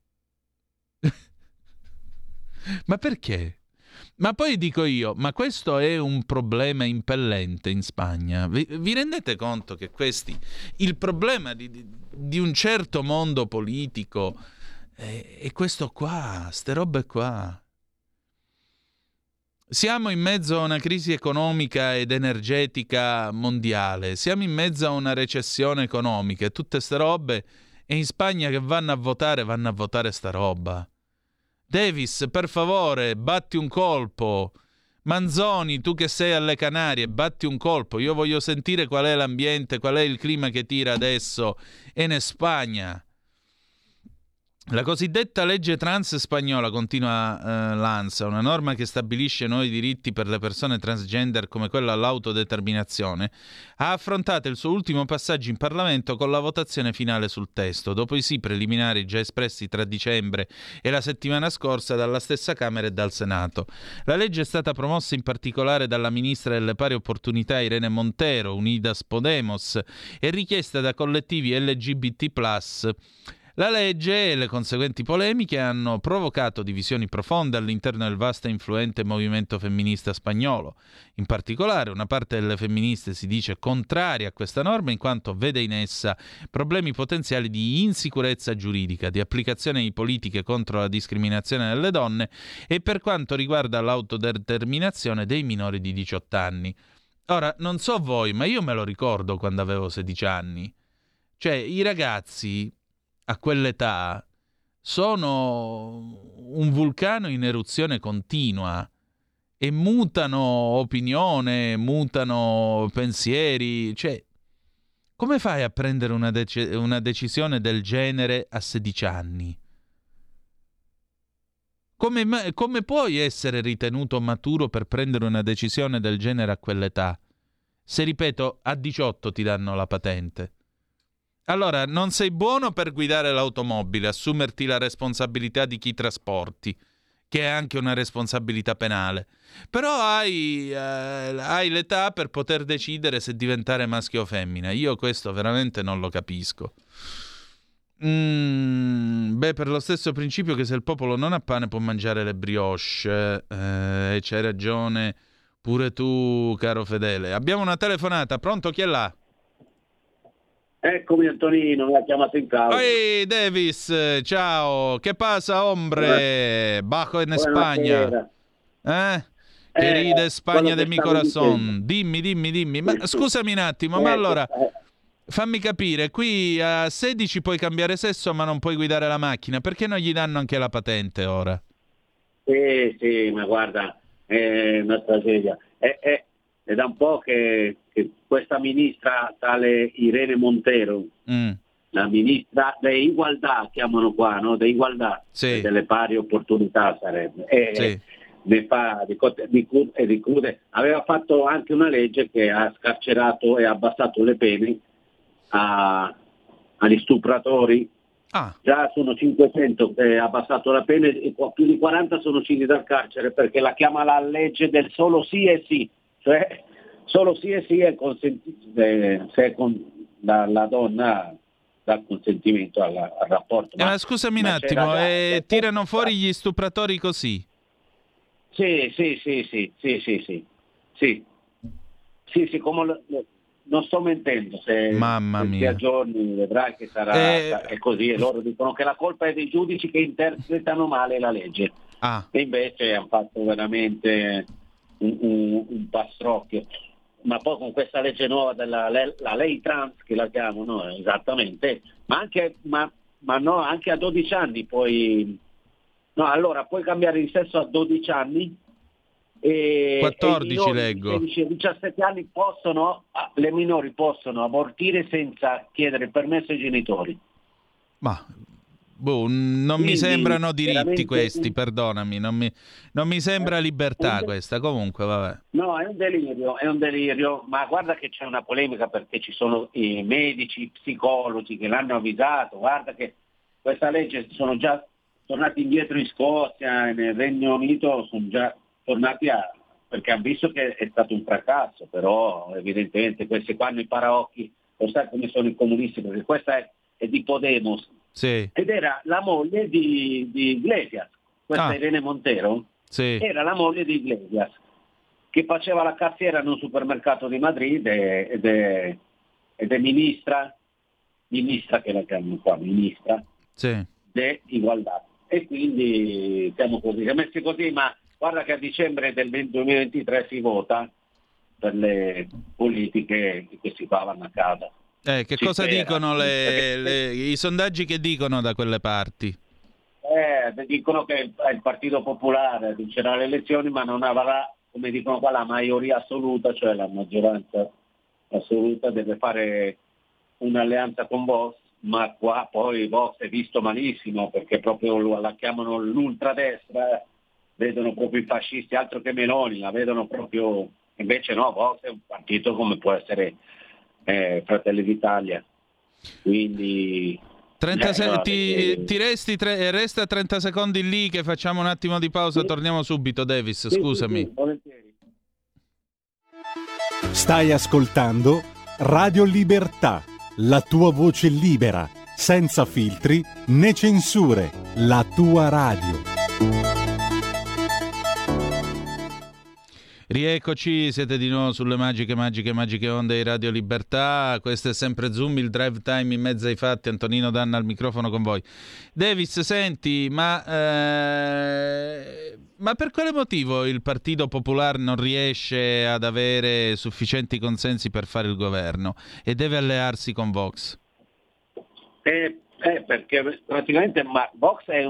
Ma perché? Ma poi dico io, ma questo è un problema impellente in Spagna. Vi rendete conto che il problema di un certo mondo politico è questo qua, ste robe qua. Siamo in mezzo a una crisi economica ed energetica mondiale, siamo in mezzo a una recessione economica e tutte ste robe, e in Spagna che vanno a votare sta roba. Davis, per favore, batti un colpo. Manzoni, tu che sei alle Canarie, batti un colpo. Io voglio sentire qual è l'ambiente, qual è il clima che tira adesso in Spagna. La cosiddetta legge trans spagnola, continua l'ANSA, una norma che stabilisce nuovi diritti per le persone transgender come quella all'autodeterminazione, ha affrontato il suo ultimo passaggio in Parlamento con la votazione finale sul testo, dopo i sì preliminari già espressi tra dicembre e la settimana scorsa dalla stessa Camera e dal Senato. La legge è stata promossa in particolare dalla ministra delle pari opportunità Irene Montero, Unidas Podemos, e richiesta da collettivi LGBT+. La legge e le conseguenti polemiche hanno provocato divisioni profonde all'interno del vasto e influente movimento femminista spagnolo. In particolare, una parte delle femministe si dice contraria a questa norma in quanto vede in essa problemi potenziali di insicurezza giuridica, di applicazione di politiche contro la discriminazione delle donne e per quanto riguarda l'autodeterminazione dei minori di 18 anni. Ora, non so voi, ma io me lo ricordo quando avevo 16 anni. Cioè, i ragazzi a quell'età sono un vulcano in eruzione continua e mutano opinione, mutano pensieri. Cioè, come fai a prendere una decisione del genere a 16 anni? Come puoi essere ritenuto maturo per prendere una decisione del genere a quell'età? Se, ripeto, a 18 ti danno la patente. Allora, non sei buono per guidare l'automobile, assumerti la responsabilità di chi trasporti, che è anche una responsabilità penale. Però hai l'età per poter decidere se diventare maschio o femmina. Io questo veramente non lo capisco. Per lo stesso principio che se il popolo non ha pane può mangiare le brioche. E c'hai ragione pure tu, caro Fedele. Abbiamo una telefonata. Pronto? Chi è là? Eccomi Antonino, mi ha chiamato in causa. Ehi Davis, ciao, che pasa hombre? Bajo en Spagna. Che ride Spagna del mio corazon. Dimmi. Ma scusami un attimo, ma allora fammi capire, qui a 16 puoi cambiare sesso ma non puoi guidare la macchina, perché non gli danno anche la patente ora? Sì, ma guarda, è una tragedia. È da un po' che questa ministra, tale Irene Montero, la ministra de Igualdad, chiamano qua, no? De Igualdad, sì. Delle pari opportunità sarebbe. Sì. Ne fa di crude. Aveva fatto anche una legge che ha scarcerato e abbassato le pene agli stupratori. Già sono 500 che ha abbassato la pena e più di 40 sono usciti dal carcere perché la chiama la legge del solo sì e sì. Cioè, solo sì e sì è consentito se la donna dà il consentimento al rapporto. Ma scusami un attimo, tirano fuori gli stupratori così? Sì, come non sto mentendo, se ti aggiorni vedrai che sarà è così, e loro dicono che la colpa è dei giudici che interpretano male la legge. E invece hanno fatto veramente un pastrocchio, ma poi con questa legge nuova la lei trans che la chiamano esattamente, ma anche a 12 anni puoi cambiare di sesso a 12 anni e 14 leggo 16-17 anni le minori possono abortire senza chiedere permesso ai genitori. Ma non mi sembrano diritti questi, perdonami, non mi sembra libertà questa, comunque vabbè. No, è un delirio, ma guarda che c'è una polemica perché ci sono i medici, i psicologi che l'hanno avvisato, guarda che questa legge sono già tornati indietro in Scozia e nel Regno Unito sono già tornati perché hanno visto che è stato un fracasso, però evidentemente questi qua hanno i paraocchi, lo sai come sono i comunisti, perché questa è di Podemos. Sì. Ed era la moglie di Iglesias, questa Irene Montero, era la moglie di Iglesias, che faceva la cassiera in un supermercato di Madrid ed è ministra che la chiamano qua, ministra de Igualdad. E quindi siamo messi così, ma guarda che a dicembre del 2023 si vota per le politiche che si pagano a casa. Che cosa dicono i sondaggi, che dicono da quelle parti? Dicono che il Partito Popolare vincerà le elezioni, ma non avrà, come dicono qua, la maggioria assoluta, cioè la maggioranza assoluta, deve fare un'alleanza con Vox, ma qua poi Vox è visto malissimo perché proprio la chiamano l'ultradestra, vedono proprio i fascisti, altro che Meloni, la vedono proprio, invece no, Vox è un partito come può essere Fratelli d'Italia, quindi... Resta 30 secondi lì che facciamo un attimo di pausa, torniamo subito. Davis, scusami. Stai ascoltando Radio Libertà, la tua voce libera, senza filtri né censure, la tua radio. Rieccoci, siete di nuovo sulle magiche onde di Radio Libertà. Questo è sempre Zoom, il drive time in mezzo ai fatti. Antonino Danna al microfono con voi. Davis, senti, ma per quale motivo il Partito Popolare non riesce ad avere sufficienti consensi per fare il governo e deve allearsi con Vox? Perché praticamente Vox è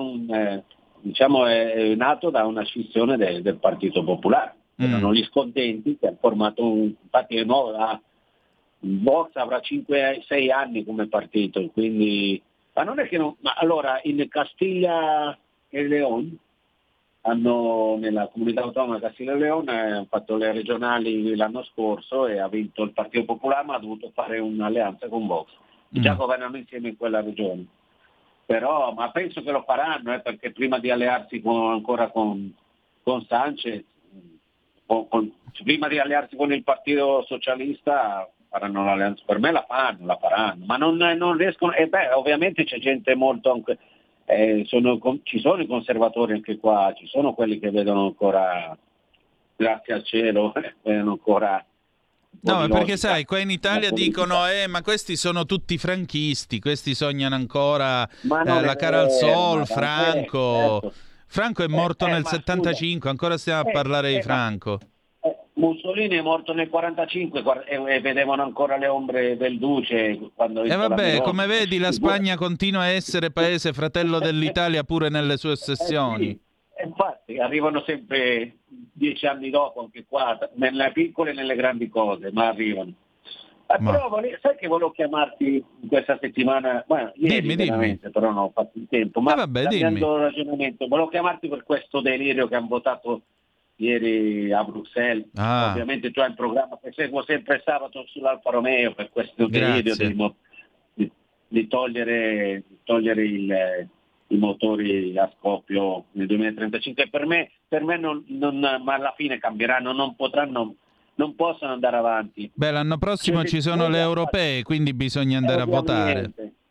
è nato da una scissione del Partito Popolare. Erano gli scontenti che hanno formato infatti Vox avrà 5-6 anni come partito, quindi ma non è che ma allora in Castiglia e León nella comunità autonoma Castiglia e León hanno fatto le regionali l'anno scorso e ha vinto il Partito Popolare, ma ha dovuto fare un'alleanza con Vox. Già governano insieme in quella regione. Però ma penso che lo faranno, perché prima di allearsi ancora con Sanchez, prima di allearsi con il Partito Socialista faranno l'alleanza. Per me la faranno, ma non riescono. Ovviamente c'è gente molto ci sono i conservatori anche qua, ci sono quelli che vedono ancora, grazie al cielo, vedono ancora. No, perché sai, qua in Italia dicono ma questi sono tutti franchisti, questi sognano ancora la cara al sol, Franco. Certo. Franco è morto nel 75, ancora stiamo a parlare di Franco. Mussolini è morto nel 45 e vedevano ancora le ombre del duce quando vabbè, come vedi la Spagna continua a essere paese fratello dell'Italia pure nelle sue ossessioni. Sì. Infatti arrivano sempre 10 anni dopo anche qua, nelle piccole e nelle grandi cose, ma arrivano. Però sai che volevo chiamarti in questa settimana, ieri veramente, però non ho fatto il tempo, ma cambiando ragionamento, volevo chiamarti per questo delirio che hanno votato ieri a Bruxelles. Ovviamente tu hai il programma che seguo sempre sabato sull'Alfa Romeo, per questo delirio di togliere i motori a scoppio nel 2035. Per me ma alla fine cambieranno, non possono andare avanti. L'anno prossimo ci sono le europee, quindi bisogna andare a votare.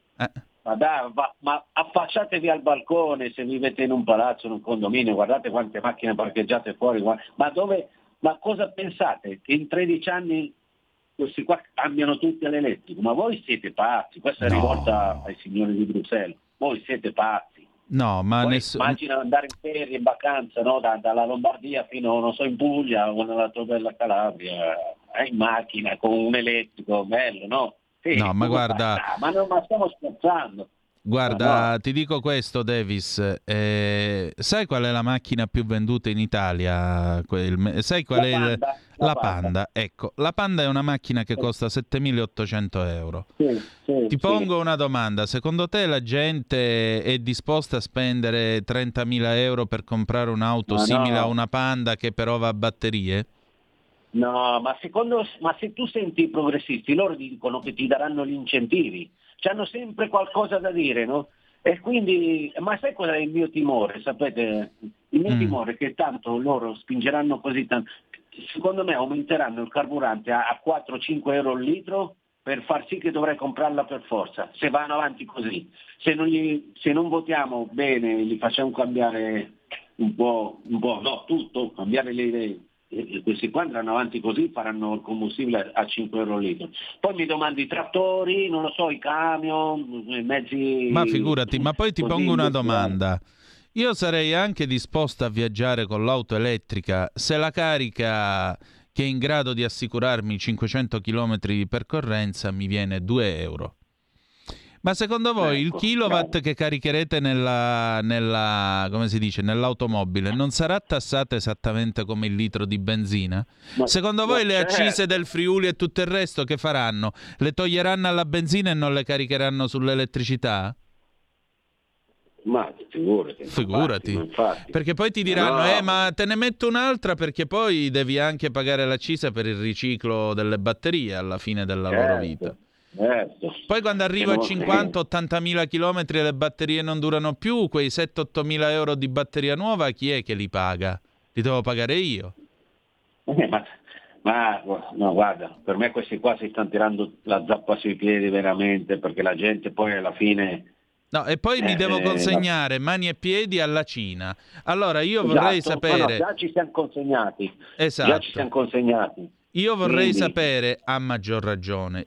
Ma affacciatevi al balcone se vivete in un palazzo, in un condominio, guardate quante macchine parcheggiate fuori. Ma cosa pensate? Che in 13 anni questi qua cambiano tutti all'elettrico? Ma voi siete pazzi, questa è rivolta ai signori di Bruxelles, voi siete pazzi. No, ma immagina andare in ferie, in vacanza, no? Dalla Lombardia fino, non so, in Puglia o nella tua bella Calabria, in macchina con un elettrico, bello, no? Sì, no, ma guarda... Ma stiamo scherzando. Guarda, ti dico questo, Davis, sai qual è la macchina più venduta in Italia? Sai qual è la Panda? Ecco, la Panda è una macchina che costa 7.800 euro. Ti pongo una domanda, secondo te la gente è disposta a spendere 30.000 euro per comprare un'auto simile a una Panda che però va a batterie? No, ma se tu senti i progressisti, loro dicono che ti daranno gli incentivi. C'hanno sempre qualcosa da dire, no? E quindi, ma sai qual è il mio timore? Sapete, il mio timore è che tanto loro spingeranno così tanto. Secondo me aumenteranno il carburante a 4-5 euro al litro per far sì che dovrei comprarla per forza, se vanno avanti così. Se non votiamo bene, li facciamo cambiare un po', no, tutto, cambiare le idee. Questi qua andranno avanti così, faranno il combustibile a 5 euro al litro. Poi mi domandi i trattori, non lo so, i camion, i mezzi... Ma figurati, ma poi ti pongo una domanda. Io sarei anche disposto a viaggiare con l'auto elettrica se la carica che è in grado di assicurarmi 500 km di percorrenza mi viene 2 euro. Ma secondo voi il kilowatt che caricherete come si dice, nell'automobile non sarà tassato esattamente come il litro di benzina? Secondo voi le accise del Friuli e tutto il resto che faranno? Le toglieranno alla benzina e non le caricheranno sull'elettricità? Ma figurati. Infatti. Perché poi ti diranno ma te ne metto un'altra perché poi devi anche pagare l'accisa per il riciclo delle batterie alla fine della loro vita. Poi quando arrivo a 50-80 mila chilometri e le batterie non durano più, quei 7-8 mila euro di batteria nuova chi è che li paga? Li devo pagare io? Ma no, guarda, per me questi qua si stanno tirando la zappa sui piedi veramente, perché la gente poi alla fine... No, e poi mi devo consegnare mani e piedi alla Cina. Allora io vorrei sapere... già ci siamo consegnati. Esatto. Già ci siamo consegnati. Io vorrei sapere, a maggior ragione,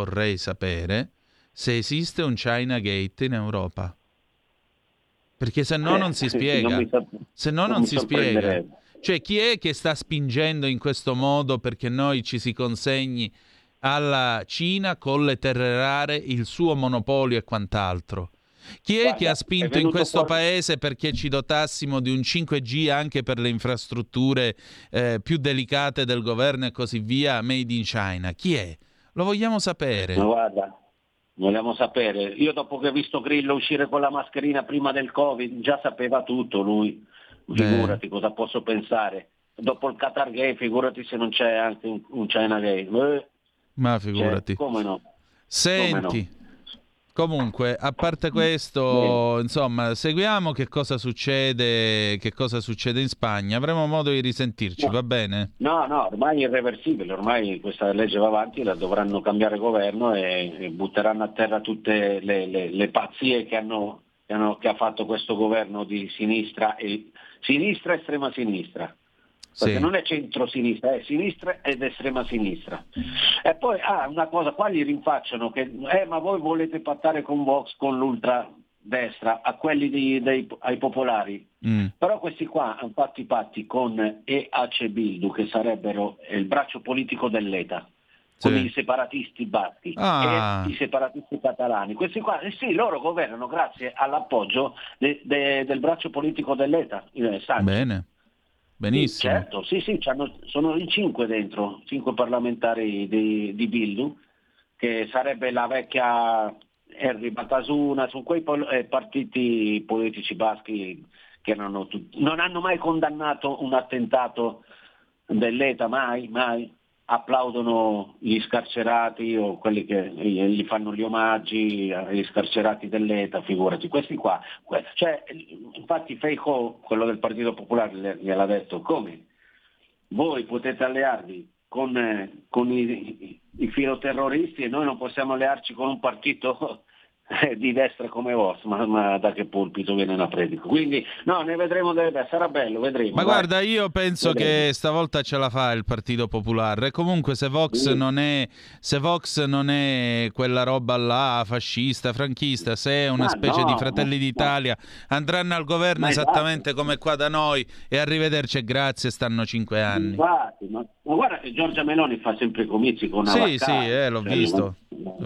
se esiste un China Gate in Europa. Perché se no non si spiega. Non si spiega. Cioè, chi è che sta spingendo in questo modo perché noi ci si consegni alla Cina con le terre rare, il suo monopolio e quant'altro? Chi è che ha spinto in questo paese perché ci dotassimo di un 5G anche per le infrastrutture più delicate del governo e così via, made in China? Chi è? Lo vogliamo sapere. Ma guarda, vogliamo sapere. Io dopo che ho visto Grillo uscire con la mascherina prima del Covid, già sapeva tutto lui. Figurati cosa posso pensare. Dopo il Qatar Gate, figurati se non c'è anche un China Gate. Ma figurati. Come no? Senti. Comunque, a parte questo, insomma, seguiamo che cosa succede in Spagna. Avremo modo di risentirci, va bene? No, ormai è irreversibile, ormai questa legge va avanti, la dovranno cambiare governo e butteranno a terra tutte le pazzie che ha fatto questo governo di sinistra e estrema sinistra. Perché non è centro-sinistra, è sinistra ed estrema sinistra. E poi una cosa, qua gli rinfacciano che ma voi volete pattare con Vox, con l'ultradestra, a quelli ai popolari. Però questi qua hanno fatto i patti con EH Bildu, che sarebbero il braccio politico dell'ETA, con i separatisti baschi e i separatisti catalani. Questi qua, loro governano grazie all'appoggio del braccio politico dell'ETA. Bene. Benissimo. Certo, sì, sono in 5 dentro, 5 parlamentari di Bildu, che sarebbe la vecchia Henry Batasuna, sono quei partiti politici baschi che non hanno mai condannato un attentato dell'ETA, mai. Applaudono gli scarcerati o quelli che gli fanno gli omaggi agli scarcerati dell'ETA, figurati. Questi qua, infatti Feijóo, quello del Partito Popolare, gliel'ha detto, come? Voi potete allearvi con i filoterroristi e noi non possiamo allearci con un partito di destra come Vox, ma da che pulpito viene una predica? Quindi ne vedremo, sarà bello, vedremo. Ma guarda, io penso che stavolta ce la fa il Partito Popolare. Comunque se Vox non è quella roba là fascista, franchista, se è una specie di Fratelli d'Italia, andranno al governo esattamente come qua da noi e arrivederci e grazie, stanno 5 anni. Infatti, ma guarda che Giorgia Meloni fa sempre i comizi con Avvaccari. L'ho visto.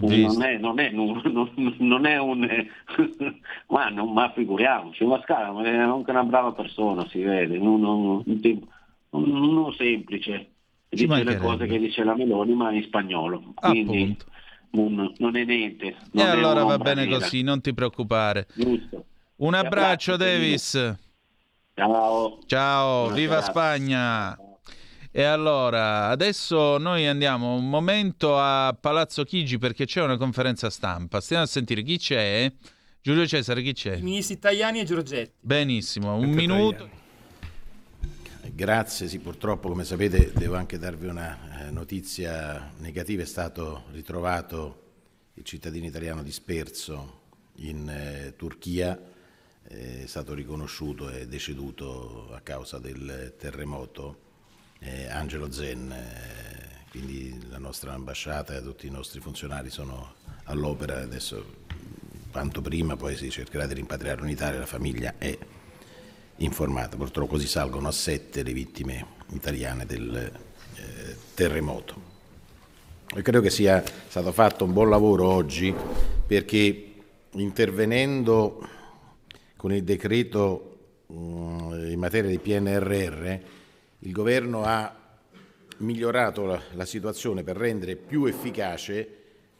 Non è un ma figuriamoci, Mascara è anche una brava persona, si vede, uno semplice, dice le cose che dice la Meloni ma in spagnolo, quindi non è niente. E allora va bene così, non ti preoccupare. Giusto. Un abbraccio Davis. Ciao, viva Spagna. E allora, adesso noi andiamo un momento a Palazzo Chigi perché c'è una conferenza stampa. Stiamo a sentire chi c'è. Giulio Cesare, chi c'è? I ministri Tajani e Giorgetti. Benissimo, un minuto. Grazie, sì, purtroppo come sapete devo anche darvi una notizia negativa. È stato ritrovato il cittadino italiano disperso in Turchia, è stato riconosciuto e deceduto a causa del terremoto. Angelo Zen, quindi la nostra ambasciata e tutti i nostri funzionari sono all'opera adesso quanto prima, poi si cercherà di rimpatriarlo in Italia, la famiglia è informata. Purtroppo così salgono a 7 le vittime italiane del terremoto. E credo che sia stato fatto un buon lavoro oggi, perché intervenendo con il decreto in materia di PNRR, il governo ha migliorato la situazione per rendere più efficace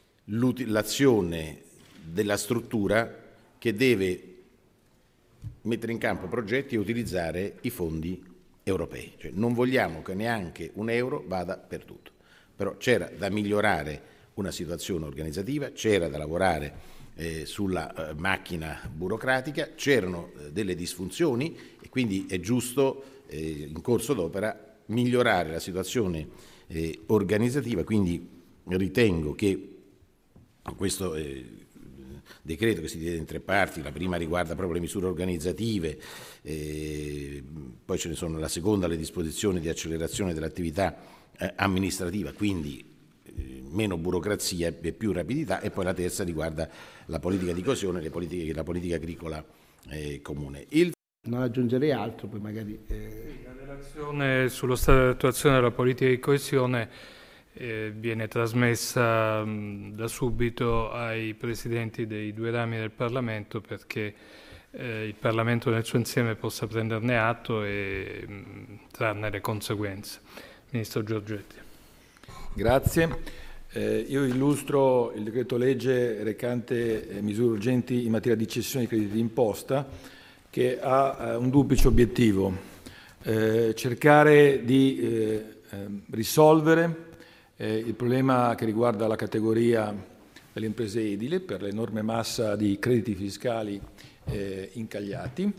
l'azione della struttura che deve mettere in campo progetti e utilizzare i fondi europei. Cioè, non vogliamo che neanche un euro vada perduto, però c'era da migliorare una situazione organizzativa, c'era da lavorare sulla macchina burocratica, c'erano delle disfunzioni e quindi è giusto in corso d'opera migliorare la situazione organizzativa. Quindi ritengo che questo decreto, che si divide in 3 parti, la prima riguarda proprio le misure organizzative, poi ce ne sono la seconda, le disposizioni di accelerazione dell'attività amministrativa, quindi meno burocrazia e più rapidità, e poi la terza riguarda la politica di coesione e la politica agricola comune. Non aggiungerei altro, poi magari... La relazione sullo stato di attuazione della politica di coesione viene trasmessa da subito ai presidenti dei 2 rami del Parlamento, perché il Parlamento nel suo insieme possa prenderne atto e trarne le conseguenze. Ministro Giorgetti. Grazie. Io illustro il decreto legge recante misure urgenti in materia di cessione di crediti d'imposta, che ha un duplice obiettivo: cercare di risolvere il problema che riguarda la categoria delle imprese edili per l'enorme massa di crediti fiscali incagliati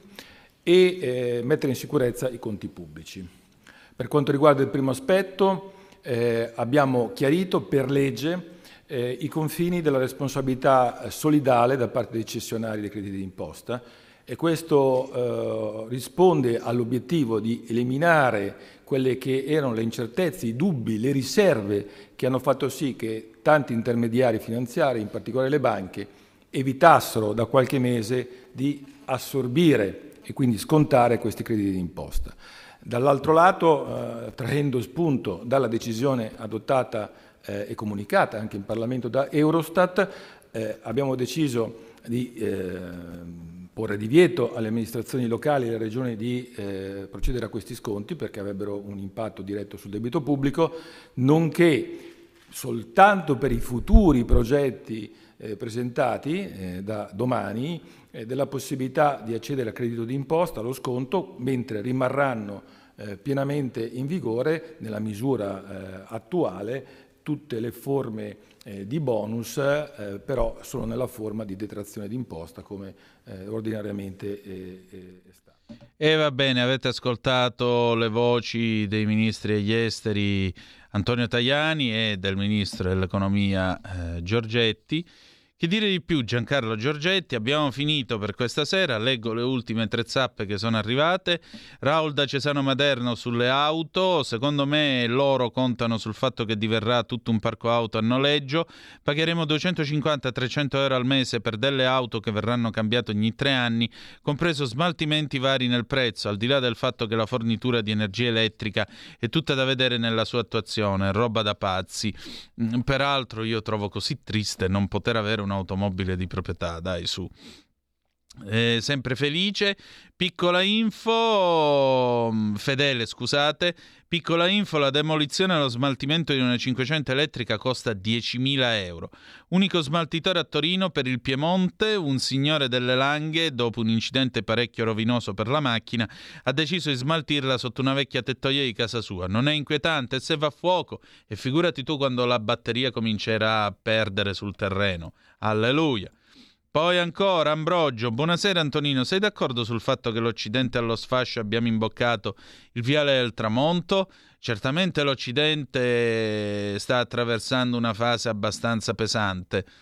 e mettere in sicurezza i conti pubblici. Per quanto riguarda il primo aspetto, abbiamo chiarito per legge i confini della responsabilità solidale da parte dei cessionari dei crediti d'imposta, e questo risponde all'obiettivo di eliminare quelle che erano le incertezze, i dubbi, le riserve che hanno fatto sì che tanti intermediari finanziari, in particolare le banche, evitassero da qualche mese di assorbire e quindi scontare questi crediti d'imposta. Dall'altro lato, traendo spunto dalla decisione adottata e comunicata anche in Parlamento da Eurostat, abbiamo deciso di porre divieto alle amministrazioni locali e alle regioni di procedere a questi sconti, perché avrebbero un impatto diretto sul debito pubblico, nonché soltanto per i futuri progetti presentati da domani della possibilità di accedere al credito d'imposta, allo sconto, mentre rimarranno pienamente in vigore nella misura attuale tutte le forme di bonus, però solo nella forma di detrazione d'imposta come ordinariamente è stato. E va bene, avete ascoltato le voci dei ministri degli esteri Antonio Tajani e del ministro dell'economia Giorgetti. Che dire di più, Giancarlo Giorgetti? Abbiamo finito per questa sera, leggo le ultime 3 zappe che sono arrivate. Raul da Cesano Maderno sulle auto: secondo me loro contano sul fatto che diverrà tutto un parco auto a noleggio, pagheremo 250-300 euro al mese per delle auto che verranno cambiate ogni 3 anni, compreso smaltimenti vari nel prezzo, al di là del fatto che la fornitura di energia elettrica è tutta da vedere nella sua attuazione, roba da pazzi. Peraltro io trovo così triste non poter avere un'automobile di proprietà, dai, su. Sempre felice. Piccola info, Fedele, scusate. Piccola info: la demolizione e lo smaltimento di una 500 elettrica costa 10.000 euro. Unico smaltitore a Torino per il Piemonte, un signore delle Langhe, dopo un incidente parecchio rovinoso per la macchina, ha deciso di smaltirla sotto una vecchia tettoia di casa sua. Non è inquietante se va a fuoco, e figurati tu quando la batteria comincerà a perdere sul terreno. Alleluia. Poi ancora Ambrogio: buonasera Antonino, sei d'accordo sul fatto che l'Occidente allo sfascio abbiamo imboccato il viale del tramonto? Certamente l'Occidente sta attraversando una fase abbastanza pesante,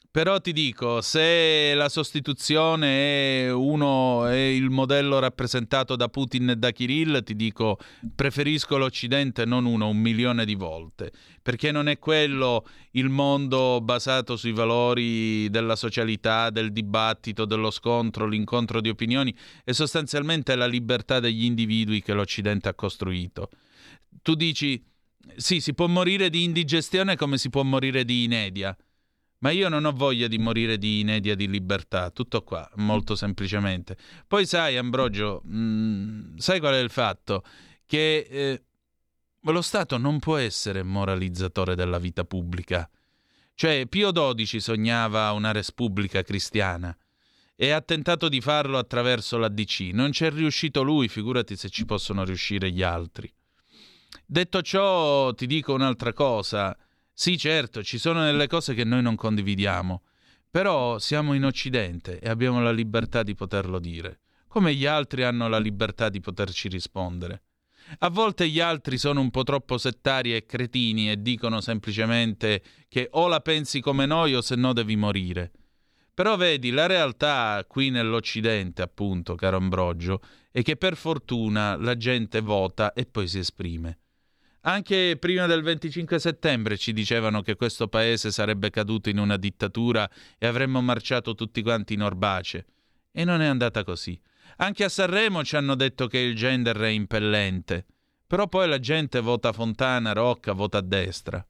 Però ti dico, se la sostituzione è il modello rappresentato da Putin e da Kirill, ti dico, preferisco l'Occidente non 1.000.000 di volte, perché non è quello il mondo basato sui valori della socialità, del dibattito, dello scontro, l'incontro di opinioni, è sostanzialmente la libertà degli individui che l'Occidente ha costruito. Tu dici, sì, si può morire di indigestione come si può morire di inedia. Ma io non ho voglia di morire di inedia di libertà, tutto qua, molto semplicemente. Poi sai, Ambrogio, sai qual è il fatto? Che lo Stato non può essere moralizzatore della vita pubblica. Cioè, Pio XII sognava una Respubblica cristiana e ha tentato di farlo attraverso la DC. Non c'è riuscito lui, figurati se ci possono riuscire gli altri. Detto ciò, ti dico un'altra cosa. Sì, certo, ci sono delle cose che noi non condividiamo, però siamo in Occidente e abbiamo la libertà di poterlo dire, come gli altri hanno la libertà di poterci rispondere. A volte gli altri sono un po' troppo settari e cretini e dicono semplicemente che o la pensi come noi o se no devi morire. Però vedi, la realtà qui nell'Occidente, appunto, caro Ambrogio, è che per fortuna la gente vota e poi si esprime. Anche prima del 25 settembre ci dicevano che questo paese sarebbe caduto in una dittatura e avremmo marciato tutti quanti in orbace. E non è andata così. Anche a Sanremo ci hanno detto che il gender è impellente. Però poi la gente vota Fontana, Rocca, vota a destra.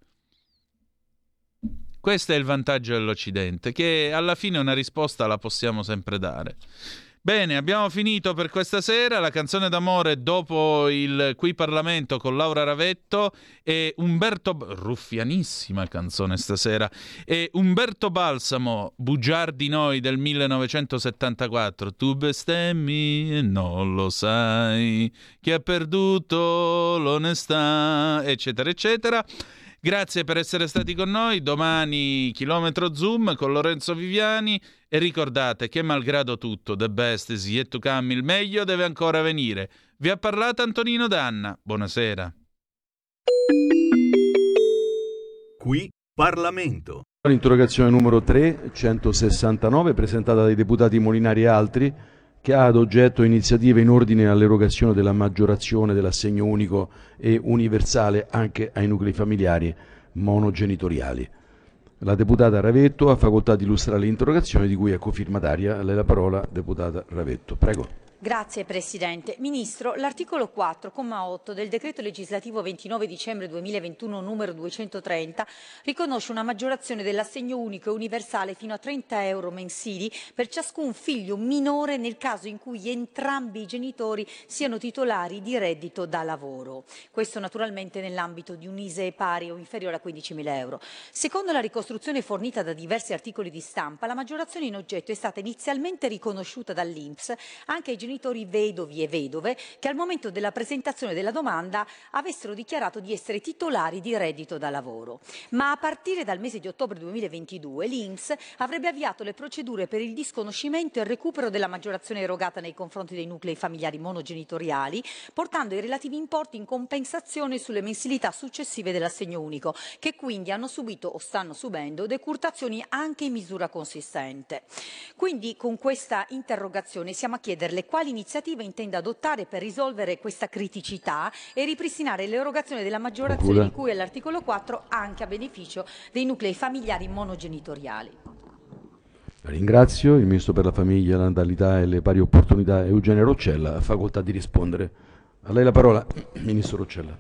Questo è il vantaggio dell'Occidente, che alla fine una risposta la possiamo sempre dare. Bene, abbiamo finito per questa sera. La canzone d'amore dopo il Qui Parlamento con Laura Ravetto e Umberto... ruffianissima canzone stasera. E Umberto Balsamo, Bugiar di noi del 1974. Tu bestemmi e non lo sai, che ha perduto l'onestà, eccetera, eccetera. Grazie per essere stati con noi. Domani Chilometro Zoom con Lorenzo Viviani. E ricordate che malgrado tutto, the best is yet to come, il meglio deve ancora venire. Vi ha parlato Antonino Danna. Buonasera. Qui Parlamento. L'interrogazione numero 369 presentata dai deputati Molinari e altri, che ha ad oggetto iniziative in ordine all'erogazione della maggiorazione dell'assegno unico e universale anche ai nuclei familiari monogenitoriali. La deputata Ravetto ha facoltà di illustrare l'interrogazione di cui è cofirmataria. A lei la parola, deputata Ravetto. Prego. Grazie Presidente. Ministro, l'articolo 4,8 del decreto legislativo 29 dicembre 2021 numero 230 riconosce una maggiorazione dell'assegno unico e universale fino a 30 euro mensili per ciascun figlio minore nel caso in cui entrambi i genitori siano titolari di reddito da lavoro. Questo naturalmente nell'ambito di un ISEE pari o inferiore a 15.000 euro. Secondo la ricostruzione fornita da diversi articoli di stampa, la maggiorazione in oggetto è stata inizialmente riconosciuta dall'INPS anche ai genitori vedovi e vedove che al momento della presentazione della domanda avessero dichiarato di essere titolari di reddito da lavoro. Ma a partire dal mese di ottobre 2022 l'INPS avrebbe avviato le procedure per il disconoscimento e il recupero della maggiorazione erogata nei confronti dei nuclei familiari monogenitoriali, portando i relativi importi in compensazione sulle mensilità successive dell'assegno unico, che quindi hanno subito o stanno subendo decurtazioni anche in misura consistente. Quindi con questa interrogazione siamo a chiederle quali iniziative intende adottare per risolvere questa criticità e ripristinare l'erogazione della maggiorazione di cui all'articolo 4 anche a beneficio dei nuclei familiari monogenitoriali. La ringrazio. Il Ministro per la Famiglia, la Natalità e le Pari Opportunità, Eugenio Roccella, ha facoltà di rispondere. A lei la parola, Ministro Roccella.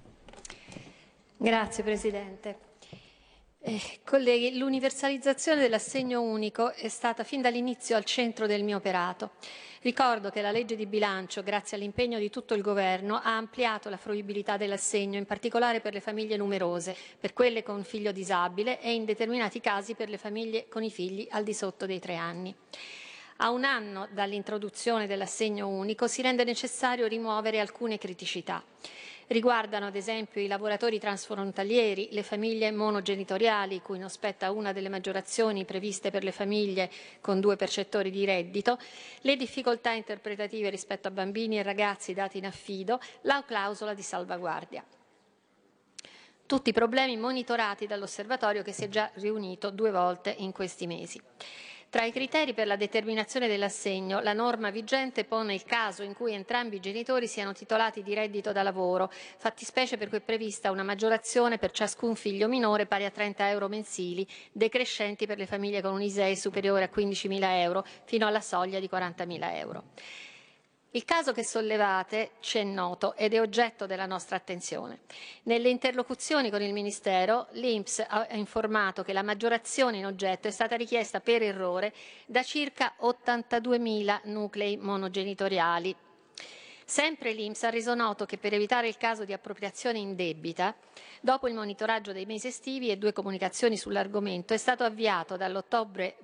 Grazie Presidente. Colleghi, l'universalizzazione dell'assegno unico è stata fin dall'inizio al centro del mio operato. Ricordo che la legge di bilancio, grazie all'impegno di tutto il Governo, ha ampliato la fruibilità dell'assegno, in particolare per le famiglie numerose, per quelle con figlio disabile e in determinati casi per le famiglie con i figli al di sotto dei 3 anni. A un anno dall'introduzione dell'assegno unico si rende necessario rimuovere alcune criticità. Riguardano ad esempio i lavoratori transfrontalieri, le famiglie monogenitoriali, cui non spetta una delle maggiorazioni previste per le famiglie con 2 percettori di reddito, le difficoltà interpretative rispetto a bambini e ragazzi dati in affido, la clausola di salvaguardia. Tutti problemi monitorati dall'osservatorio che si è già riunito 2 volte in questi mesi. Tra i criteri per la determinazione dell'assegno, la norma vigente pone il caso in cui entrambi i genitori siano titolati di reddito da lavoro, fattispecie per cui è prevista una maggiorazione per ciascun figlio minore pari a 30 euro mensili, decrescenti per le famiglie con un ISEE superiore a 15.000 euro fino alla soglia di 40.000 euro. Il caso che sollevate ci è noto ed è oggetto della nostra attenzione. Nelle interlocuzioni con il Ministero, l'INPS ha informato che la maggiorazione in oggetto è stata richiesta per errore da circa 82.000 nuclei monogenitoriali. Sempre l'INPS ha reso noto che per evitare il caso di appropriazione indebita, dopo il monitoraggio dei mesi estivi e 2 comunicazioni sull'argomento, è stato avviato dall'ottobre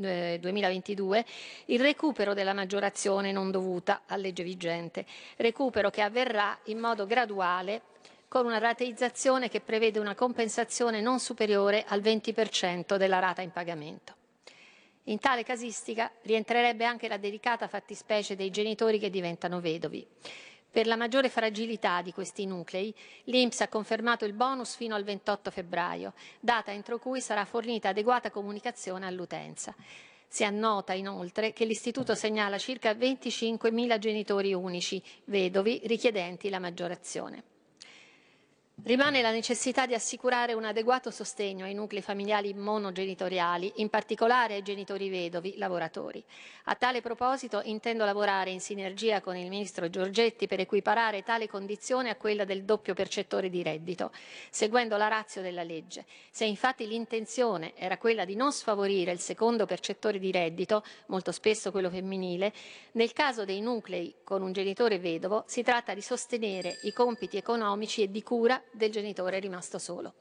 2022 il recupero della maggiorazione non dovuta a legge vigente, recupero che avverrà in modo graduale con una rateizzazione che prevede una compensazione non superiore al 20% della rata in pagamento. In tale casistica rientrerebbe anche la delicata fattispecie dei genitori che diventano vedovi. Per la maggiore fragilità di questi nuclei, l'INPS ha confermato il bonus fino al 28 febbraio, data entro cui sarà fornita adeguata comunicazione all'utenza. Si annota inoltre che l'Istituto segnala circa 25.000 genitori unici, vedovi, richiedenti la maggiorazione. Rimane la necessità di assicurare un adeguato sostegno ai nuclei familiari monogenitoriali, in particolare ai genitori vedovi, lavoratori. A tale proposito intendo lavorare in sinergia con il Ministro Giorgetti per equiparare tale condizione a quella del doppio percettore di reddito, seguendo la ratio della legge. Se infatti l'intenzione era quella di non sfavorire il secondo percettore di reddito, molto spesso quello femminile, nel caso dei nuclei con un genitore vedovo si tratta di sostenere i compiti economici e di cura del genitore rimasto solo.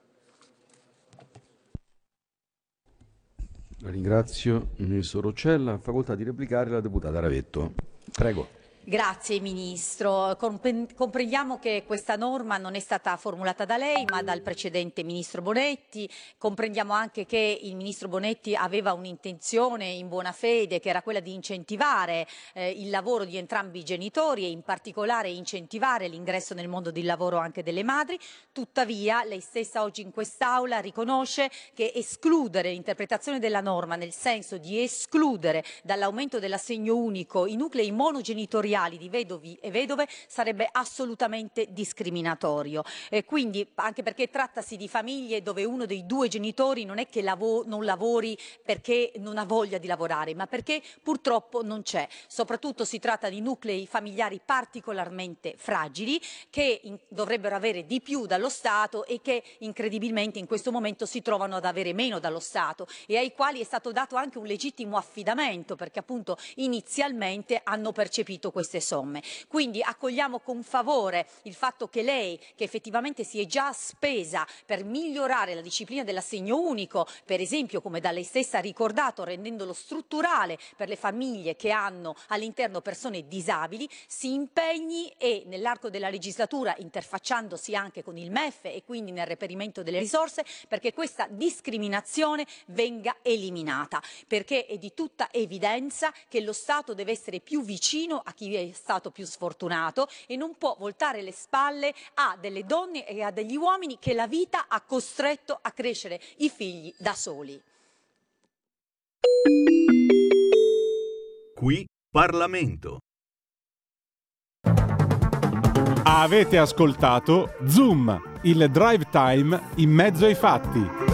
La ringrazio, Ministro Roccella. Facoltà di replicare la deputata Ravetto. Prego. Grazie Ministro. Comprendiamo che questa norma non è stata formulata da lei ma dal precedente Ministro Bonetti. Comprendiamo anche che il Ministro Bonetti aveva un'intenzione in buona fede che era quella di incentivare il lavoro di entrambi i genitori e in particolare incentivare l'ingresso nel mondo del lavoro anche delle madri. Tuttavia lei stessa oggi in quest'Aula riconosce che escludere l'interpretazione della norma nel senso di escludere dall'aumento dell'assegno unico i nuclei monogenitoriali di vedovi e vedove sarebbe assolutamente discriminatorio. Quindi, anche perché trattasi di famiglie dove uno dei 2 genitori non è che non lavori perché non ha voglia di lavorare, ma perché purtroppo non c'è. Soprattutto si tratta di nuclei familiari particolarmente fragili che dovrebbero avere di più dallo Stato e che incredibilmente in questo momento si trovano ad avere meno dallo Stato e ai quali è stato dato anche un legittimo affidamento perché appunto inizialmente hanno percepito queste somme. Quindi accogliamo con favore il fatto che lei, che effettivamente si è già spesa per migliorare la disciplina dell'assegno unico, per esempio come da lei stessa ricordato, rendendolo strutturale per le famiglie che hanno all'interno persone disabili, si impegni e nell'arco della legislatura, interfacciandosi anche con il MEF e quindi nel reperimento delle risorse, perché questa discriminazione venga eliminata, perché è di tutta evidenza che lo Stato deve essere più vicino a chi è stato più sfortunato e non può voltare le spalle a delle donne e a degli uomini che la vita ha costretto a crescere i figli da soli. Qui Parlamento. Avete ascoltato Zoom, il drive time in mezzo ai fatti.